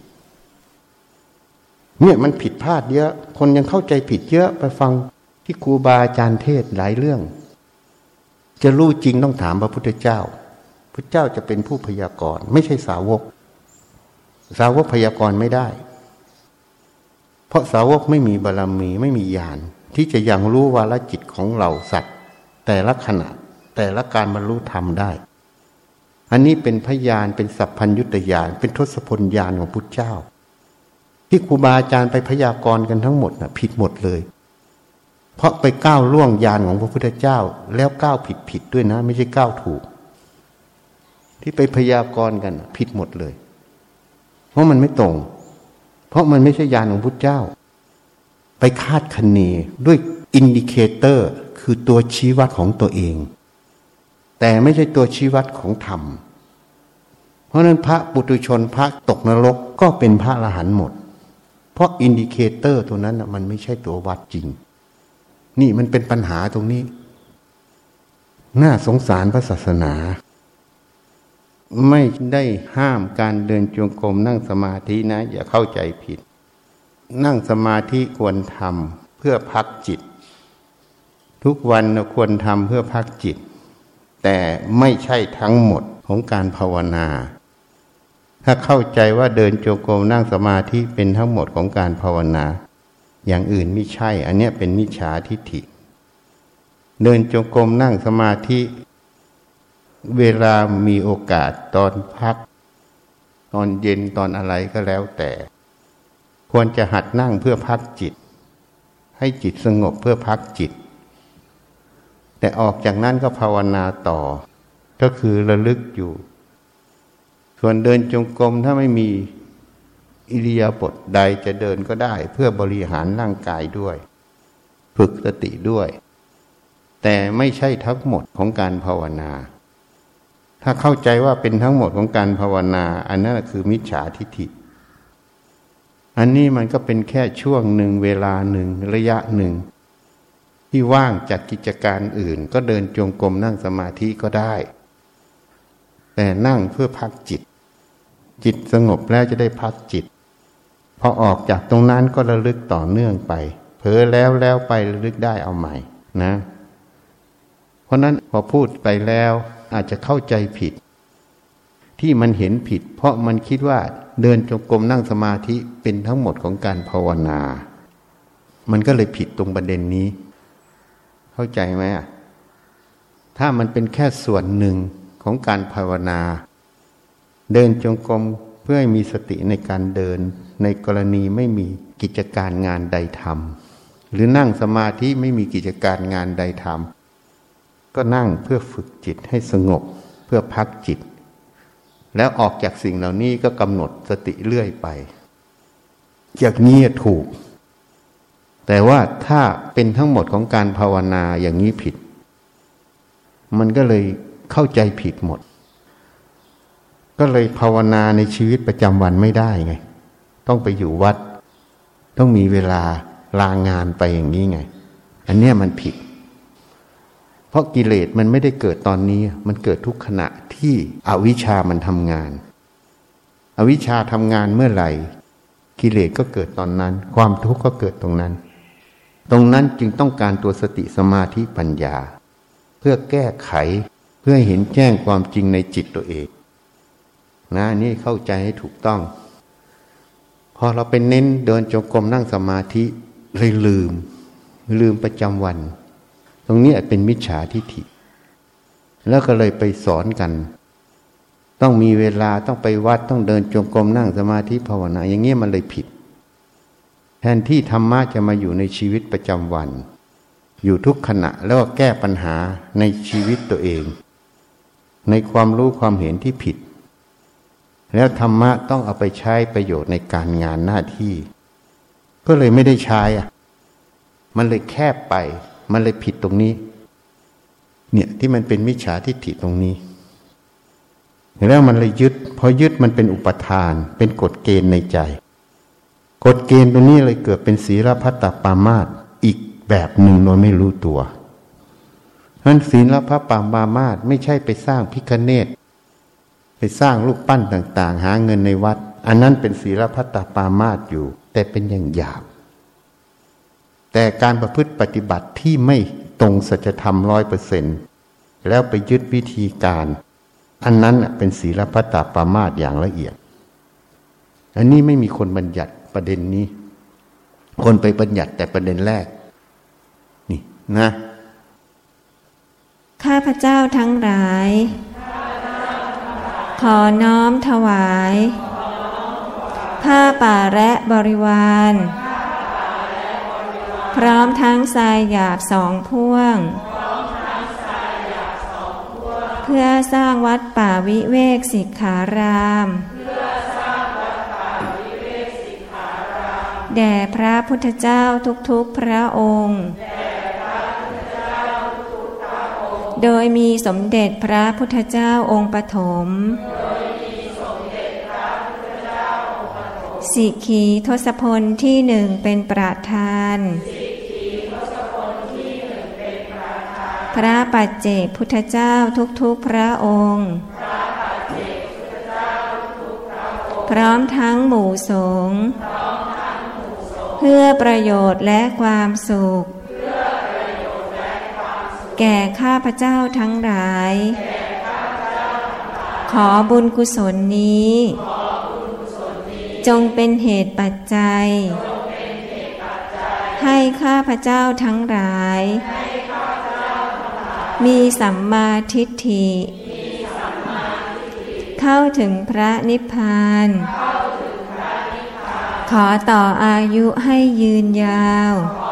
เนี่ยมันผิดพลาดเยอะคนยังเข้าใจผิดเยอะไปฟังที่ครูบาอาจารย์เทศหลายเรื่องจะรู้จริงต้องถามพระพุทธเจ้าพระเจ้าจะเป็นผู้พยากรณ์ไม่ใช่สาวกสาวกพยากรณ์ไม่ได้เพราะสาวกไม่มีบารมีไม่มีญาณที่จะยังรู้วาระจิตของเราสัตว์แต่ละขณะแต่ละการบรรลุธรรมได้อันนี้เป็นพยานเป็นสัพพัญญุตญาณเป็นทศพลญาณของพุทธเจ้าที่ครูบาอาจารย์ไปพยากรณ์กันทั้งหมดน่ะผิดหมดเลยเพราะไปก้าวล่วงญาณของพระพุทธเจ้าแล้วก้าวผิดผิดด้วยนะไม่ใช่ก้าวถูกที่ไปพยากรณ์กันผิดหมดเลยเพราะมันไม่ตรงเพราะมันไม่ใช่ญาณของพุทธเจ้าไปคาดคะเนด้วยอินดิเคเตอร์คือตัวชี้วัดของตัวเองแต่ไม่ใช่ตัวชี้วัดของธรรมเพราะนั้นพระปุถุชนพระตกนรกก็เป็นพระอรหันต์หมดเพราะอินดิเคเตอร์ตัวนั้นมันไม่ใช่ตัววัดจริงนี่มันเป็นปัญหาตรงนี้น่าสงสารพระศาสนาไม่ได้ห้ามการเดินจงกรมนั่งสมาธินะอย่าเข้าใจผิดนั่งสมาธิควรทำเพื่อพักจิตทุกวันเราควรทำเพื่อพักจิตแต่ไม่ใช่ทั้งหมดของการภาวนาถ้าเข้าใจว่าเดินจงกรมนั่งสมาธิเป็นทั้งหมดของการภาวนาอย่างอื่นไม่ใช่อันนี้เป็นมิจฉาทิฏฐิเดินจงกรมนั่งสมาธิเวลามีโอกาสตอนพักตอนเย็นตอนอะไรก็แล้วแต่ควรจะหัดนั่งเพื่อพักจิตให้จิตสงบเพื่อพักจิตแต่ออกจากนั้นก็ภาวนาต่อก็คือระลึกอยู่ส่วนเดินจงกรมถ้าไม่มีอิริยาบถใดจะเดินก็ได้เพื่อบริหารร่างกายด้วยฝึกสติด้วยแต่ไม่ใช่ทั้งหมดของการภาวนาถ้าเข้าใจว่าเป็นทั้งหมดของการภาวนาอันนั้นคือมิจฉาทิฏฐิอันนี้มันก็เป็นแค่ช่วงหนึ่งเวลาหนึ่งระยะหนึ่งที่ว่างจากกิจการอื่นก็เดินจงกรมนั่งสมาธิก็ได้แต่นั่งเพื่อพักจิตจิตสงบแล้วจะได้พักจิตพอออกจากตรงนั้นก็ระลึกต่อเนื่องไปเผลอแล้วแล้วไประลึกได้เอาใหม่นะเพราะนั้นพอพูดไปแล้วอาจจะเข้าใจผิดที่มันเห็นผิดเพราะมันคิดว่าเดินจงกรมนั่งสมาธิเป็นทั้งหมดของการภาวนามันก็เลยผิดตรงประเด็นนี้เข้าใจไหมอ่ะถ้ามันเป็นแค่ส่วนหนึ่งของการภาวนาเดินจงกรมเพื่อให้มีสติในการเดินในกรณีไม่มีกิจการงานใดทำหรือนั่งสมาธิไม่มีกิจการงานใดทำก็นั่งเพื่อฝึกจิตให้สงบเพื่อพักจิตแล้วออกจากสิ่งเหล่านี้ก็กำหนดสติเรื่อยไปอย่างนี้ถูกแต่ว่าถ้าเป็นทั้งหมดของการภาวนาอย่างนี้ผิดมันก็เลยเข้าใจผิดหมดก็เลยภาวนาในชีวิตประจำวันไม่ได้ไงต้องไปอยู่วัดต้องมีเวลาลางานไปอย่างนี้ไงอันเนี้ยมันผิดเพราะกิเลสมันไม่ได้เกิดตอนนี้มันเกิดทุกขณะที่อวิชชามันทำงานอวิชชาทำงานเมื่อไหร่กิเลสก็เกิดตอนนั้นความทุกข์ก็เกิดตรงนั้นตรงนั้นจึงต้องการตัวสติสมาธิปัญญาเพื่อแก้ไขเพื่อเห็นแจ้งความจริงในจิตตัวเองนะนี่เข้าใจให้ถูกต้องพอเราไปเน้นเดินจงกรมนั่งสมาธิเลยลืมลืมประจำวันตรงนี้เป็นมิจฉาทิฏฐิแล้วก็เลยไปสอนกันต้องมีเวลาต้องไปวัดต้องเดินจงกรมนั่งสมาธิภาวนาอย่างเงี้ยมันเลยผิดแทนที่ธรรมะจะมาอยู่ในชีวิตประจำวันอยู่ทุกขณะแล้วก็แก้ปัญหาในชีวิตตัวเองในความรู้ความเห็นที่ผิดแล้วธรรมะต้องเอาไปใช้ประโยชน์ในการงานหน้าที่ก็เลยไม่ได้ใช้อ่ะมันเลยแคบไปมันเลยผิดตรงนี้เนี่ยที่มันเป็นมิจฉาทิฏฐิตรงนี้แล้วมันเลยยึดพอยึดมันเป็นอุปทานเป็นกฎเกณฑ์ในใจกฎเกณฑ์ตรงนี้เลยเกิดเป็นศีลพัตตปามาสอีกแบบหนึ่งโดยไม่รู้ตัวนั้นศีลพัตตปามาสไม่ใช่ไปสร้างพิฆเนศไปสร้างรูปปั้นต่างๆหาเงินในวัดอันนั้นเป็นศีลพัตตปามาสอยู่แต่เป็นอย่างหยาบแต่การประพฤติปฏิบัติที่ไม่ตรงสัจธรรมร้อยเปอร์เซ็นต์แล้วไปยึดวิธีการอันนั้นเป็นศีลพัตตปามาสอย่างละเอียดอันนี้ไม่มีคนบัญญัติประเด็นนี้คนไปบัญญัติแต่ประเด็นแรกนี่นะข้าพเจ้าทั้งหลายขอน้อมถวายผ้าป่าและบริวารพร้อมทั้งทรายหยาบสองพ่วงเพื่อสร้างวัดป่าวิเวกสิกขารามแด่พระพุทธเจ้าทุกๆพระองค์โดยมีสมเด็จพระพุทธเจ้าองค์ปฐมสิขีทศพลที่หนึ่งเป็นประธานพระปัจเจกพุทธเจ้าทุกๆพระองค์พร้อมทั้งหมู่สงฆ์เพื่อประโยชน์และความสุขแก่ข้าพเจ้าทั้งหลายขอบุญกุศลนี้จงเป็นเหตุปัจจัยให้ข้าพเจ้าทั้งหลายมีสัมมาทิฏฐิเข้าถึงพระนิพพานขอต่ออายุให้ยืนยาว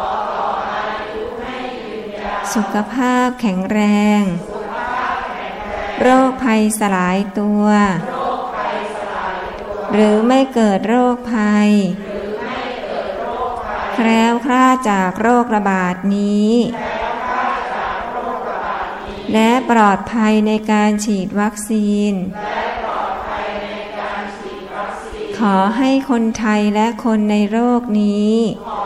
สุขภาพแข็งแรงโรคภัยสลายตัวหรือไม่เกิดโรคภัยแคล้วคลาดจากโรคระบาดนี้และปลอดภัยในการฉีดวัคซีนขอให้คนไทยและคนในโลกนี้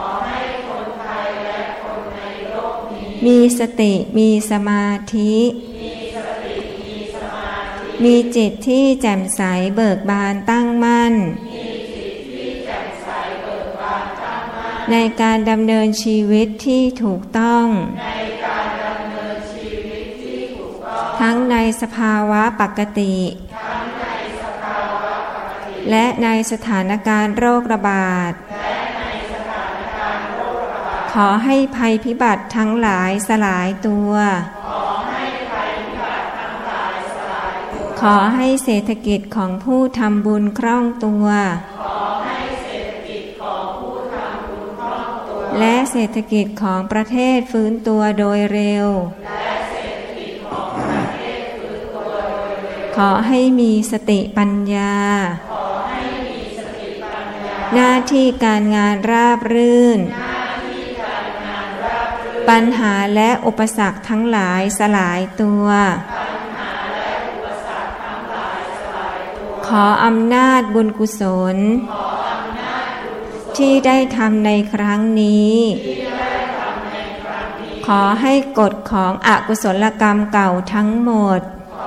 มีสติมีสมาธิมีจิตที่แจ่มใสเบิกบานตั้งมั่นในการดำเนินชีวิตที่ถูกต้องทั้งในสภาวะปกติและในสถานการณ์โรคระบาดขอให้ภัยพิบัติทั้งหลายสลายตัวขอให้เศรษฐกิจของผู้ทำบุญคล่องตัวและเศรษฐกิจของประเทศฟื้นตัวโดยเร็วขอให้มีสติปัญญาหน้าที่การงานราบรื่นปัญหาและอุปสรรคทั้งหลายสลายตัวขออำนาจบุญกุศลที่ได้ทำในครั้งนี้ขอให้กฎของอกุศลกรรมเก่าทั้งหมด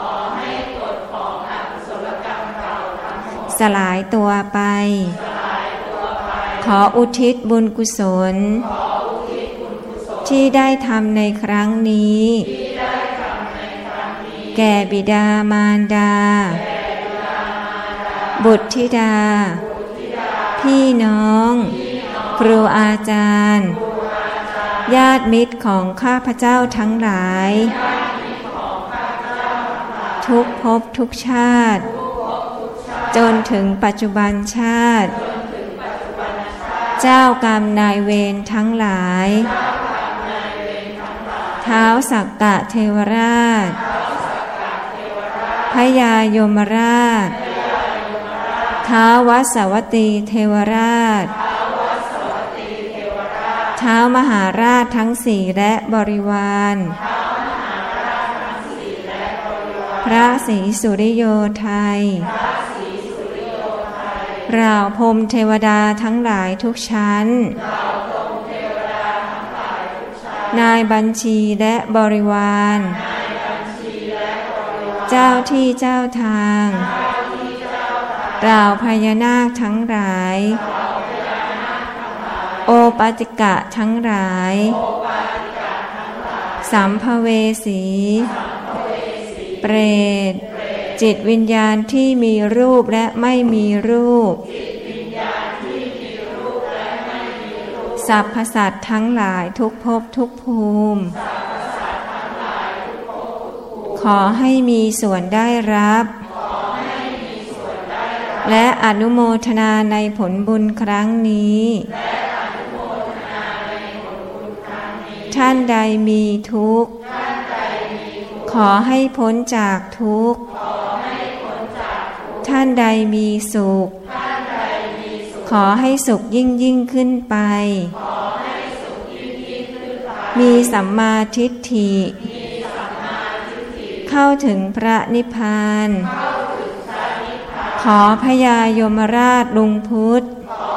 สลายตัวไปขออุทิศบุญกุศลที่ได้ทำในครั้งนี้แก่บิดามารดาบุตรธิดาพี่น้องครูอาจารย์ญาติมิตรของข้าพเจ้าทั้งหลายทุกภพทุกชาติจนถึงปัจจุบันชาติเจ้ากรรมนายเวรทั้งหลายท้าวสักกะเทวราชพญายมราชท้าววัสวตีเทวราชท้าวมหาราชทั้งสี่และบริวารพระศรีสุริโยไทยเราพรหมเทวดาทั้งหลายทุกชั้นนายบัญชีและบริวารเจ้าที่เจ้าทางเราพญานาคทั้งหลายโอปาติกะทั้งหลายสัมภเวสีเปรตจิตวิญญาณที่มีรูปและไม่มีรูปสรรพสัตว์ทั้งหลายทุกภพทุกภูมิขอให้มีส่วนได้รับและอนุโมทนาในผลบุญครั้งนี้ท่านใดมีทุกข์ขอให้พ้นจากทุกข์ท่านใดมีสุขขอให้สุขยิ่งยิ่งขึ้นไปมีสัมมาทิฏฐิเข้าถึงพระนิพพานขอพญายมราชลุงพุทธ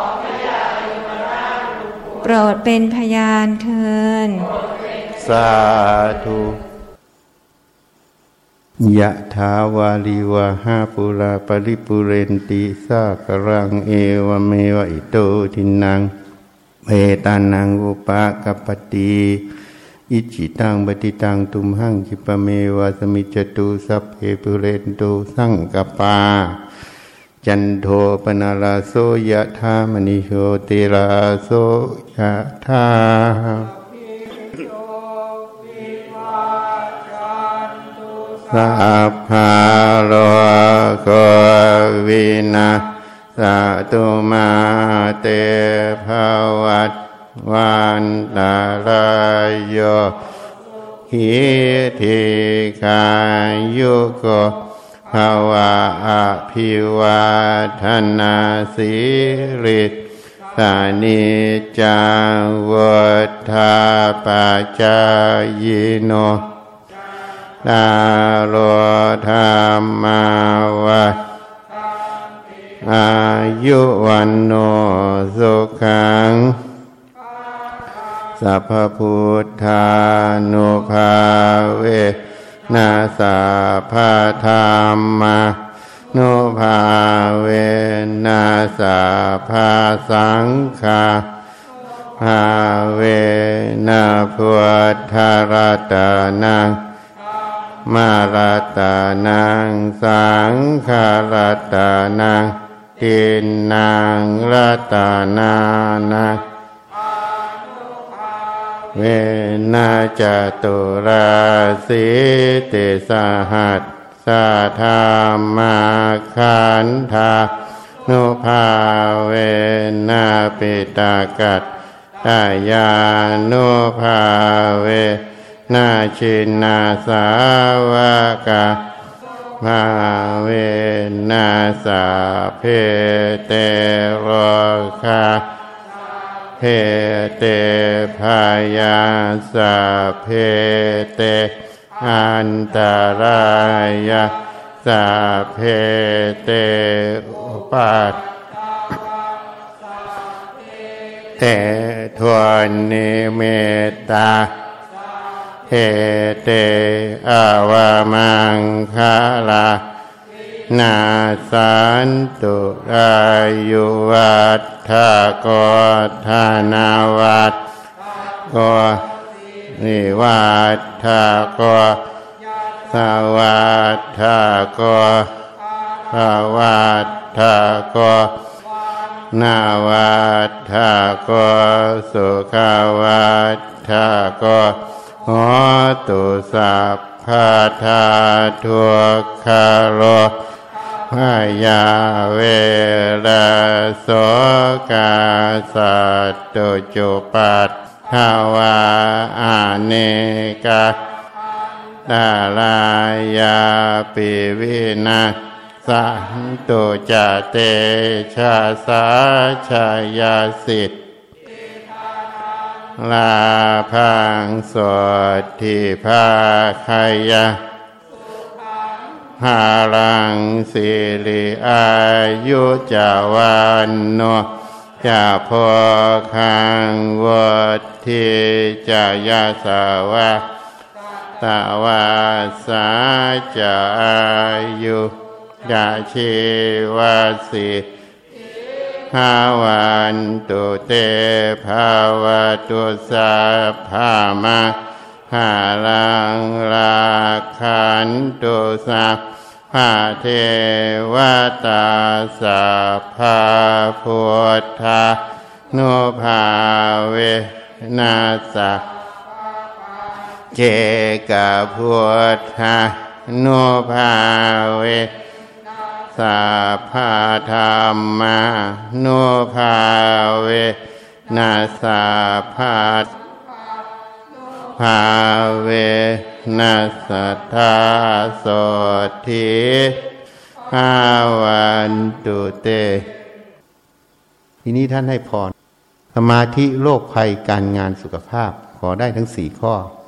โปรดเป็นพยานเถิดสาธุยะถาวาลิวะหาปุราปริปุเรนติสากรังเอวเมวะอิโตทินังเมตานังอุปกปปติอิจิตังปฏิตังตุมหังคิปะเมวะสมิจจตุสัพเพปุเรนตุสังกปาจันโทปนาลาโสยะธามณิโชติลาโสยะธาสัพพะโลกวินาศตุมาเตภวัตวันตรายโยหิธิกายุโกภวะอภิวาทนาสิริสานิจังวุฒาปัจจายโนตาโลธรรมาวัฏอายุวันโนสุขังสัพพพุทธานุภาเวนะสัพพธรรมานุภาเวนะสาภาสังฆาภาเวนะพุทธรัตนังมารัตนังสังฆรัตนังทินนังรัตนานังเวนะจตุราสีติสหัสสะธรรมาขันธานุภาเวนะปิตากัตตายานุภาเวนะชินนาสาวกาภาเวนะสาเพเตโรคาเพเตพายาสาเพเตอันตรายาสาเพเตอุปัฏเตทวนนิเมตตาเทเตอวามังคาลานาสันตุอายุวัฏฐโกธานาวัฏโกนิวัฏฐโกสวัฏฐโกภวัฏฐโกนาวัฏฐโกสุขวัฏฐโกโหตุสัพพทาทุกขโรพยาเวระโสกาสัตตุจุปัฏฐาวาอาเนกาตาลายาปิวินาสันตุจเตชะสาชายาสิทธิลาพังสดที่ภาคายะหารังสิริอายุจาวันโนจะพอคังวัฏทิจายาสาวะตาวาสาจะอายุยาชีวสิภาวันตุเตภาวตุสัพพามาหาลังลาขันตุสัพพะเทวตาสัพพะพุทธานุภาเวนัสสะเจกพุทธานุภาเวสัพพะธรรมานุภาเวนัสสะภะภาเวนัสสะทาโสทิภาวันตุเตทีนี้ท่านให้พรสมาธิโรคภัยการงานสุขภาพขอได้ทั้งสี่ข้อ